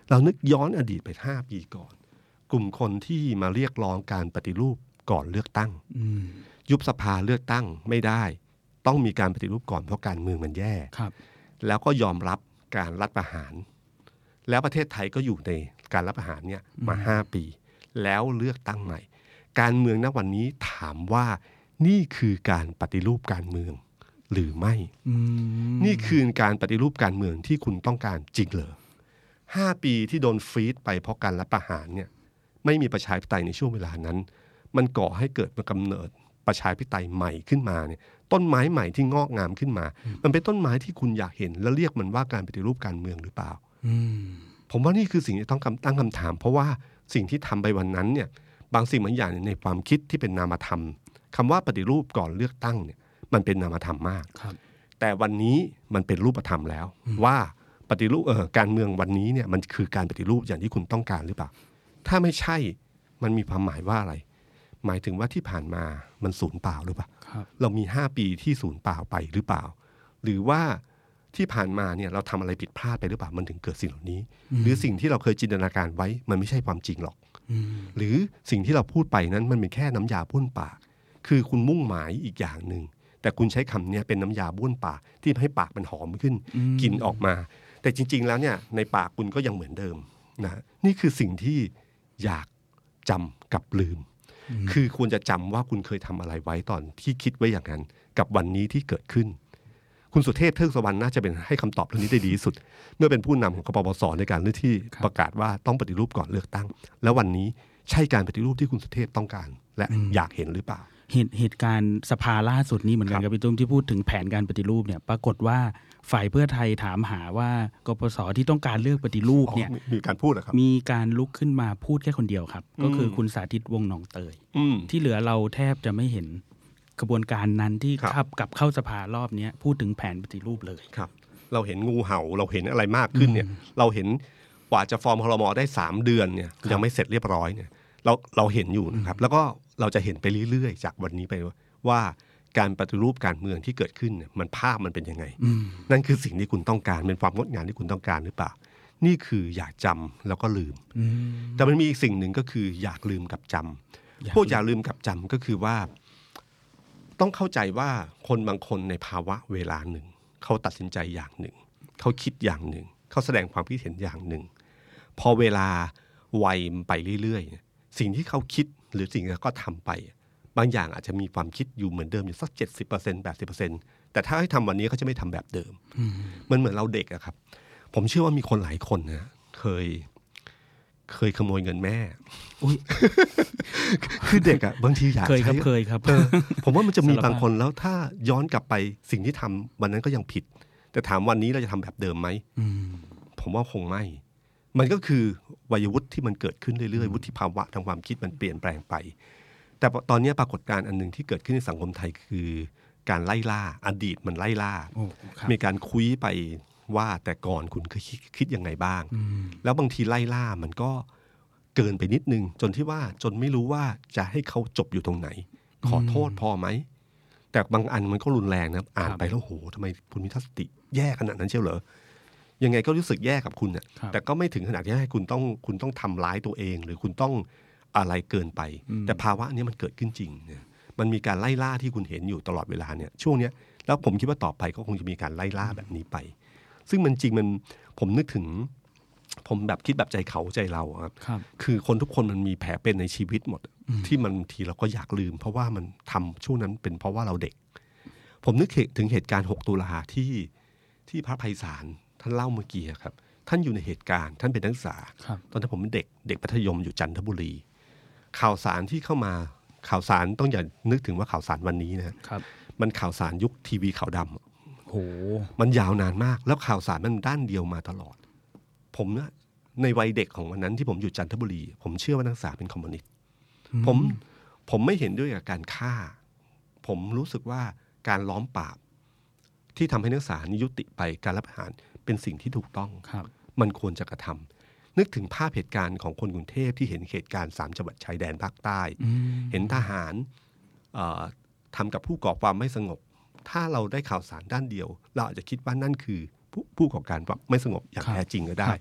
เรานึกย้อนอดีตไปห้าปีก่อนกลุ่มคนที่มาเรียกร้องการปฏิรูปก่อนเลือกตั้งยุบสภาเลือกตั้งไม่ได้ต้องมีการปฏิรูปก่อนเพราะการเมืองมันแย่แล้วก็ยอมรับการรัฐประหารแล้วประเทศไทยก็อยู่ในการรัฐประหารเนี่ยมาห้าปีแล้วเลือกตั้งใหม่การเมืองณวันนี้ถามว่านี่คือการปฏิรูปการเมืองหรือไม่นี่คือการปฏิรูปการเมืองที่คุณต้องการจริงเหรอห้าปีที่โดนฟรีซไปเพราะการรัฐประหารเนี่ยไม่มีประชาธิปไตยในช่วงเวลานั้นมันก่อให้เกิดมากำเนิดประชาธิปไตยใหม่ขึ้นมาเนี่ยต้นไม้ใหม่ที่งอกงามขึ้นมามันเป็นต้นไม้ที่คุณอยากเห็นแล้วเรียกมันว่าการปฏิรูปการเมืองหรือเปล่าผมว่านี่คือสิ่งที่ต้องตั้งคำถามเพราะว่าสิ่งที่ทำไปวันนั้นเนี่ยบางสิ่งบางอย่างในความคิดที่เป็นนามธรรมคำว่าปฏิรูปก่อนเลือกตั้งเนี่ยมันเป็นนามธรรมมากแต่วันนี้มันเป็นรูปธรรมแล้วว่าปฏิรูปเออการเมืองวันนี้เนี่ยมันคือการปฏิรูปอย่างที่คุณต้องการหรือเปล่าถ้าไม่ใช่มันมีความหมายว่าอะไรหมายถึงว่าที่ผ่านมามันสูญเปล่าหรือเปล่าเรามีห้าปีที่สูญเปล่าไปหรือเปล่าหรือว่าที่ผ่านมาเนี่ยเราทำอะไรผิดพลาดไปหรือเปล่ามันถึงเกิดสิ่งเหล่านี้หรือสิ่งที่เราเคยจินตนาการไว้มันไม่ใช่ความจริงหรอกหรือสิ่งที่เราพูดไปนั้นมันเป็นแค่น้ำยาบ้วนปากคือคุณมุ่งหมายอีกอย่างหนึ่งแต่คุณใช้คำนี้เป็นน้ำยาบ้วนปากที่ให้ปากมันหอมขึ้นกลิ่นออกมาแต่จริงๆแล้วเนี่ยในปากคุณก็ยังเหมือนเดิมนะนี่คือสิ่งที่อยากจำกับลืมคือควรจะจำว่าคุณเคยทำอะไรไว้ตอนที่คิดไว้อย่างนั้นกับวันนี้ที่เกิดขึ้นคุณสุเทพเทือกสุวรรณน่าจะเป็นให้คำตอบเรื่องนี้ได้ดีที่สุดเมื่อเป็นผู้นำของกปปสในการเลือกที่ประกาศว่าต้องปฏิรูปก่อนเลือกตั้งแล้ววันนี้ใช่การปฏิรูปที่คุณสุเทพต้องการและอยากเห็นหรือเปล่าเหตุเหตุการณ์สภาล่าสุดนี้เหมือนกันครับพี่ตุ้มที่พูดถึงแผนการปฏิรูปเนี่ยปรากฏว่าฝ่ายเพื่อไทยถามหาว่ากปปสที่ต้องการเลือกปฏิรูปเนี่ยมีการพูดนะครับมีการลุกขึ้นมาพูดแค่คนเดียวครับก็คือคุณสาธิตวงศ์หนองเตยที่เหลือเราแทบจะไม่เห็นกระบวนการนั้นที่ขับกับเข้าสภารอบนี้พูดถึงแผนปฏิรูปเลยครับเราเห็นงูเห่าเราเห็นอะไรมากขึ้นเนี่ยเราเห็นกว่าจะฟอร์มครม.ได้สามเดือนเนี่ยยังไม่เสร็จเรียบร้อยเนี่ยเราเราเห็นอยู่นะครับแล้วก็เราจะเห็นไปเรื่อยๆจากวันนี้ไปว่าการปฏิรูปการเมืองที่เกิดขึ้นเนี่ยมันภาพมันเป็นยังไงนั่นคือสิ่งที่คุณต้องการเป็นความงดงามที่คุณต้องการหรือเปล่านี่คืออยากจำแล้วก็ลืมแต่มันมีอีกสิ่งหนึ่งก็คืออยากลืมกับจำพวกอยากลืมกับจำก็คือว่าต้องเข้าใจว่าคนบางคนในภาวะเวลาหนึ่งเขาตัดสินใจอย่างหนึ่งเขาคิดอย่างหนึ่งเขาแสดงความคิดเห็นอย่างหนึ่งพอเวลาวัยไปเรื่อยๆสิ่งที่เขาคิดหรือสิ่งที่เขาทำไปบางอย่างอาจจะมีความคิดอยู่เหมือนเดิมอยู่สัก เจ็ดสิบเปอร์เซ็นต์ แปดสิบเปอร์เซ็นต์ แต่ถ้าให้ทำวันนี้เขาจะไม่ทำแบบเดิมมันเหมือนเราเด็กอะครับผมเชื่อว่ามีคนหลายคนนะเคยเคยขโมยเงินแม่คือเด็กอะบางทีอยากใช้เคยครับเคยครับผมว่ามันจะมีบางคนแล้วถ้าย้อนกลับไปสิ่งที่ทำวันนั้นก็ยังผิดแต่ถามวันนี้เราจะทำแบบเดิมไหมผมว่าคงไม่มันก็คือวัยวุฒิที่มันเกิดขึ้นเรื่อยๆวุฒิภาวะทางความคิดมันเปลี่ยนแปลงไปแต่ตอนนี้ปรากฏการณ์อันนึงที่เกิดขึ้นในสังคมไทยคือการไล่ล่าอดีตมันไล่ล่ามีการคุยไปว่าแต่ก่อนคุณเคยคิดยังไงบ้างแล้วบางทีไล่ล่ามันก็เกินไปนิดนึงจนที่ว่าจนไม่รู้ว่าจะให้เขาจบอยู่ตรงไหนขอโทษพอไหมแต่บางอันมันก็รุนแรงนะอ่านไปแล้วโหทำไมคุณมีทัศติแย่ขนาดนั้นเชียวเหรอยังไงก็รู้สึกแย่กับคุณน่ะแต่ก็ไม่ถึงขนาดที่ให้คุณต้องคุณต้องทำร้ายตัวเองหรือคุณต้องอะไรเกินไปแต่ภาวะนี้มันเกิดขึ้นจริงเนี่ยมันมีการไล่ล่าที่คุณเห็นอยู่ตลอดเวลาเนี่ยช่วงเนี้ยแล้วผมคิดว่าต่อไปก็คงจะมีการไล่ล่าแบบนี้ไปซึ่งมันจริงมันผมนึกถึงผมแบบคิดแบบใจเขาใจเราครับคือคนทุกคนมันมีแผลเป็นในชีวิตหมดที่มันทีเราก็อยากลืมเพราะว่ามันทำช่วงนั้นเป็นเพราะว่าเราเด็กผมนึกถึงเหตุการณ์หกตุลาที่ที่พระไพศาลท่านเล่าเมื่อกี้ครับท่านอยู่ในเหตุการณ์ท่านเป็นนักศึกษาตอนที่ผมเป็นเด็กเด็กมัธยมอยู่จันทบุรีข่าวสารที่เข้ามาข่าวสารต้องอย่านึกถึงว่าข่าวสารวันนี้นะครับมันข่าวสารยุคทีวีขาวดำโอ้มันยาวนานมากแล้วข่าวสารมันด้านเดียวมาตลอดผมเนี่ยในวัยเด็กของวันนั้นที่ผมอยู่จันทบุรีผมเชื่อว่านักศึกษาเป็นคอมมิวนิสต์ผมผมไม่เห็นด้วยกับการฆ่าผมรู้สึกว่าการล้อมปราบที่ทำให้นักศึกษายุติไปการรัฐประหารเป็นสิ่งที่ถูกต้องมันควรจะกระทำนึกถึงภาพเหตุการณ์ของคนกรุงเทพที่เห็นเหตุการณ์สามจังหวัดชายแดนภาคใต้เห็นทหารทำกับผู้ก่อความไม่สงบถ้าเราได้ข่าวสารด้านเดียวเราอาจจะคิดว่านั่นคือผู้ผู้ก่อการไม่สงบอย่างแท้จริงก็ได้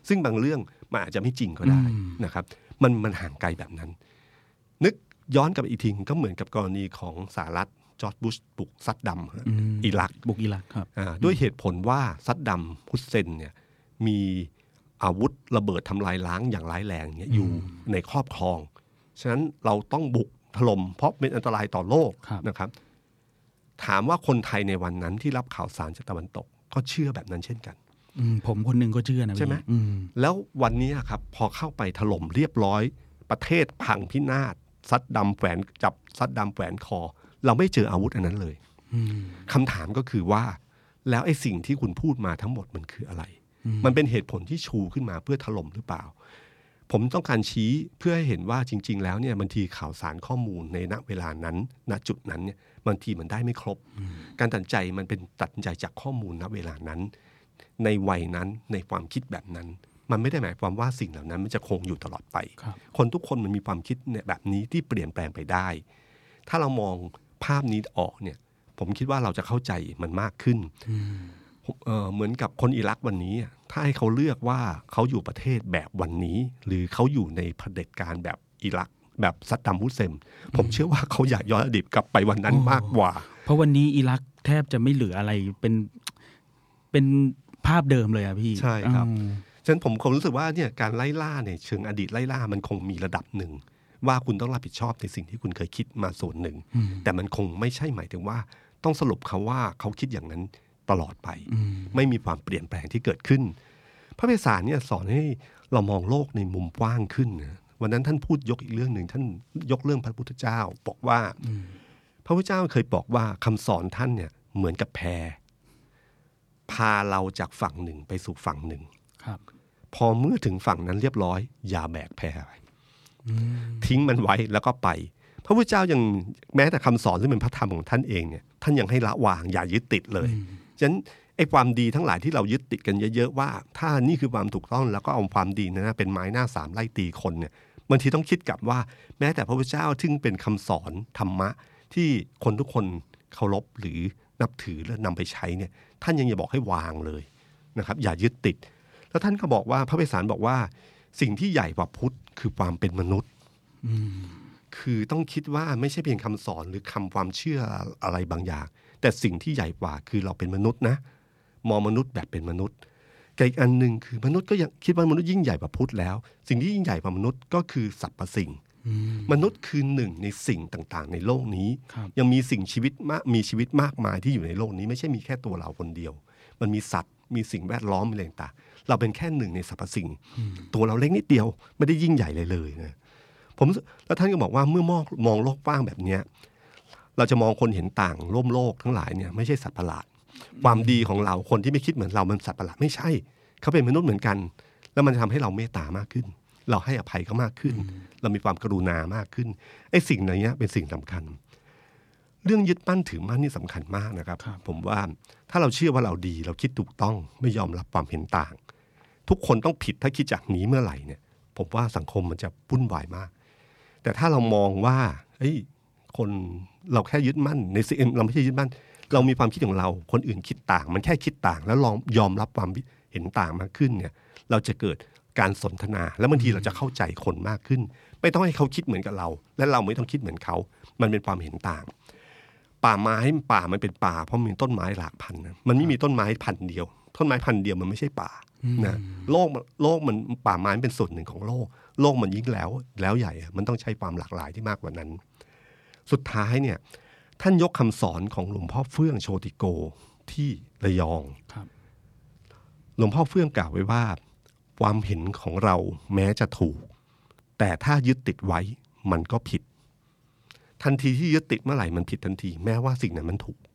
ซึ่งบางเรื่องมันอาจจะไม่จริงก็ได้นะครับมันมันห่างไกลแบบนั้นนึกย้อนกลับอีกทีก็เหมือนกับกรณีของสหรัฐจอร์จบุชบุกซัดดัมอิรักบุกอิรักครับด้วยเหตุผลว่าซัดดัมฮุสเซนเนี่ยมีอาวุธระเบิดทำลายล้างอย่างร้ายแรงเนี่ยอยู่ในครอบครองฉะนั้นเราต้องบุกถล่มเพราะเป็นอันตรายต่อโลกนะครับถามว่าคนไทยในวันนั้นที่รับข่าวสารจากตะวันตกก็เชื่อแบบนั้นเช่นกันผมคนหนึ่งก็เชื่อนะใช่ไหมแล้ววันนี้ครับพอเข้าไปถล่มเรียบร้อยประเทศพังพินาศซัดดัมแฝนจับซัดดัมแฝนคอเราไม่เจออาวุธอันนั้นเลยคำถามก็คือว่าแล้วไอ้สิ่งที่คุณพูดมาทั้งหมดมันคืออะไรมันเป็นเหตุผลที่ชูขึ้นมาเพื่อถล่มหรือเปล่าผมต้องการชี้เพื่อให้เห็นว่าจริงๆแล้วเนี่ยบางทีข่าวสารข้อมูลในณเวลานั้นณจุดนั้นเนี่ยบางทีมันได้ไม่ครบการตัดใจมันเป็นตัดใจจากข้อมูลณเวลานั้นในวัยนั้นในความคิดแบบนั้นมันไม่ได้หมายความว่าสิ่งเหล่านั้นมันจะคงอยู่ตลอดไป ค, คนทุกคนมันมีความคิดเนี่ยแบบนี้ที่เปลี่ยนแปลงไปได้ถ้าเรามองภาพนี้ออกเนี่ยผมคิดว่าเราจะเข้าใจมันมากขึ้น เอ่อ เหมือนกับคนอิรักวันนี้ถ้าให้เขาเลือกว่าเขาอยู่ประเทศแบบวันนี้หรือเขาอยู่ในเผด็จการแบบอิรักแบบซัดดัมฮุสเซนผมเชื่อว่าเขาอยากย้อนอดีตกลับไปวันนั้นมากกว่าเพราะวันนี้อิรักแทบจะไม่เหลืออะไรเป็นเป็นภาพเดิมเลยอะพี่ใช่ครับฉะนั้นผมคงรู้สึกว่าเนี่ยการไล่ล่าเนี่ยเชิงอดีตไล่ล่ามันคงมีระดับหนึ่งว่าคุณต้องรับผิดชอบในสิ่งที่คุณเคยคิดมาส่วนหนึ่งแต่มันคงไม่ใช่หมายถึงว่าต้องสรุปเขาว่าเขาคิดอย่างนั้นตลอดไปไม่มีความเปลี่ยนแปลงที่เกิดขึ้นพระเภสัชเนี่ยสอนให้เรามองโลกในมุมกว้างขึ้นนะวันนั้นท่านพูดยกอีกเรื่องหนึ่งท่านยกเรื่องพระพุทธเจ้าบอกว่าพระพุทธเจ้าเคยบอกว่าคำสอนท่านเนี่ยเหมือนกับแพพาเราจากฝั่งหนึ่งไปสู่ฝั่งหนึ่งพอเมื่อถึงฝั่งนั้นเรียบร้อยอย่าแบกแพไปทิ้งมันไว้แล้วก็ไปพระพุทธเจ้ายังแม้แต่คำสอนซึ่งเป็นพระธรรมของท่านเองเนี่ยท่านยังให้ละวางอย่ายึดติดเลยฉะนั้นไอ้ความดีทั้งหลายที่เรายึดติดกันเยอะๆว่าถ้านี่คือความถูกต้องแล้วก็เอาความดีนั้นเป็นไม้หน้าสามไล่ตีคนเนี่ยบางทีต้องคิดกลับว่าแม้แต่พระพุทธเจ้าซึ่งเป็นคำสอนธรรมะที่คนทุกคนเคารพหรือนับถือและนำไปใช้เนี่ยท่านยังอย่าบอกให้วางเลยนะครับอย่ายึดติดแล้วท่านก็บอกว่าพระเภสัชบอกว่าสิ่งที่ใหญ่กว่าพุทธคือความเป็นมนุษย์คือต้องคิดว่าไม่ใช่เพียงคำสอนหรือคำความเชื่ออะไรบางอย่างแต่สิ่งที่ใหญ่กว่าคือเราเป็นมนุษย์นะมองมนุษย์แบบเป็นมนุษย์อีกอันนึงคือมนุษย์ก็ยังคิดว่ามนุษย์ยิ่งใหญ่กว่าพุทธแล้วสิ่งที่ยิ่งใหญ่กว่ามนุษย์ก็คือสรรพสิ่งมนุษย์คือหนึ่งในสิ่งต่างๆในโลกนี้ยังมีสิ่งชีวิตมากมีชีวิตมากมายที่อยู่ในโลกนี้ไม่ใช่มีแค่ตัวเราคนเดียวมันมีสัตว์มีสิ่งแวดล้อมอะไรต่างๆเราเป็นแค่หนึ่งในสรรพสิ่งตัวเราเล็กนิดเดียวไม่ได้ยิ่งใหญ่เลยเลยนะผมแล้วท่านก็บอกว่าเมื่อมองมองโลกกว้างแบบนี้เราจะมองคนเห็นต่างร่วมโลกทั้งหลายเนี่ยไม่ใช่สัตว์ประหลาดความดีของเราคนที่ไม่คิดเหมือนเรามันสัตว์ประหลาดไม่ใช่เขาเป็นมนุษย์เหมือนกันแล้วมันจะทำให้เราเมตตามากขึ้นเราให้อภัยเขามากขึ้นเรามีความกรุณามากขึ้นไอ้สิ่งนี้เป็นสิ่งสำคัญเรื่องยึดมั่นถือมั่นนี่สำคัญมากนะครับผมว่าถ้าเราเชื่อว่าเราดีเราคิดถูกต้องไม่ยอมรับความเห็นต่างทุกคนต้องผิดถ้าคิดจากนี้เมื่อไหร่เนี่ยผมว่าสังคมมันจะวุ่นวายมากแต่ถ้าเรามองว่าเฮ้ยคนเราแค่ยึดมั่นในสิ่งเราไม่ใช่ยึดมั่นเรามีความคิดของเราคนอื่นคิดต่างมันแค่คิดต่างแล้วลองยอมรับความเห็นต่างมากขึ้นเนี่ยเราจะเกิดการสนทนาแล้วบางทีเราจะเข้าใจคนมากขึ้นไม่ต้องให้เขาคิดเหมือนกับเราและเราไม่ต้องคิดเหมือนเขามันเป็นความเห็นต่างป่าไม้ป่ามันเป็นป่าเพราะมีต้นไม้หลากพันธุ์มันไม่มีต้นไม้พันธุ์เดียวต้นไม้พันธุ์เดียวมันไม่ใช่ป่านะโลกโลกมันป่าไม้เป็นส่วนหนึ่งของโลกโลกมันยิ่งแล้วแล้วใหญ่มันต้องใช้ความหลากหลายที่มากกว่านั้นสุดท้ายเนี่ยท่านยกคำสอนของหลวงพ่อเฟื่องโชติโกที่ระยองหลวงพ่อเฟื่องกล่าวไว้ว่าความเห็นของเราแม้จะถูกแต่ถ้ายึดติดไว้มันก็ผิดทันทีที่ยึดติดเมื่อไหร่มันผิดทันทีแม้ว่าสิ่งนั้นมันถูก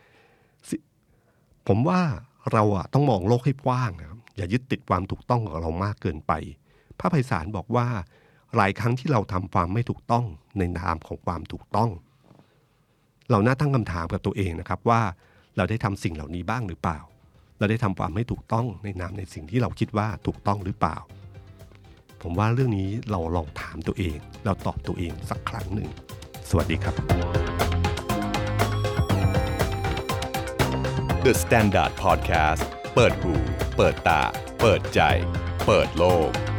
ผมว่าเราอะต้องมองโลกให้กว้างนะครับอย่ายึดติดความถูกต้องของเรามากเกินไปพระไพศาลบอกว่าหลายครั้งที่เราทำความไม่ถูกต้องในนามของความถูกต้องเราน่าตั้งคำถามกับตัวเองนะครับว่าเราได้ทำสิ่งเหล่านี้บ้างหรือเปล่าเราได้ทำความไม่ถูกต้องในนามในสิ่งที่เราคิดว่าถูกต้องหรือเปล่าผมว่าเรื่องนี้เราลองถามตัวเองเราตอบตัวเองสักครั้งหนึ่งสวัสดีครับ The Standard Podcast เปิดหูเปิดตาเปิดใจเปิดโลก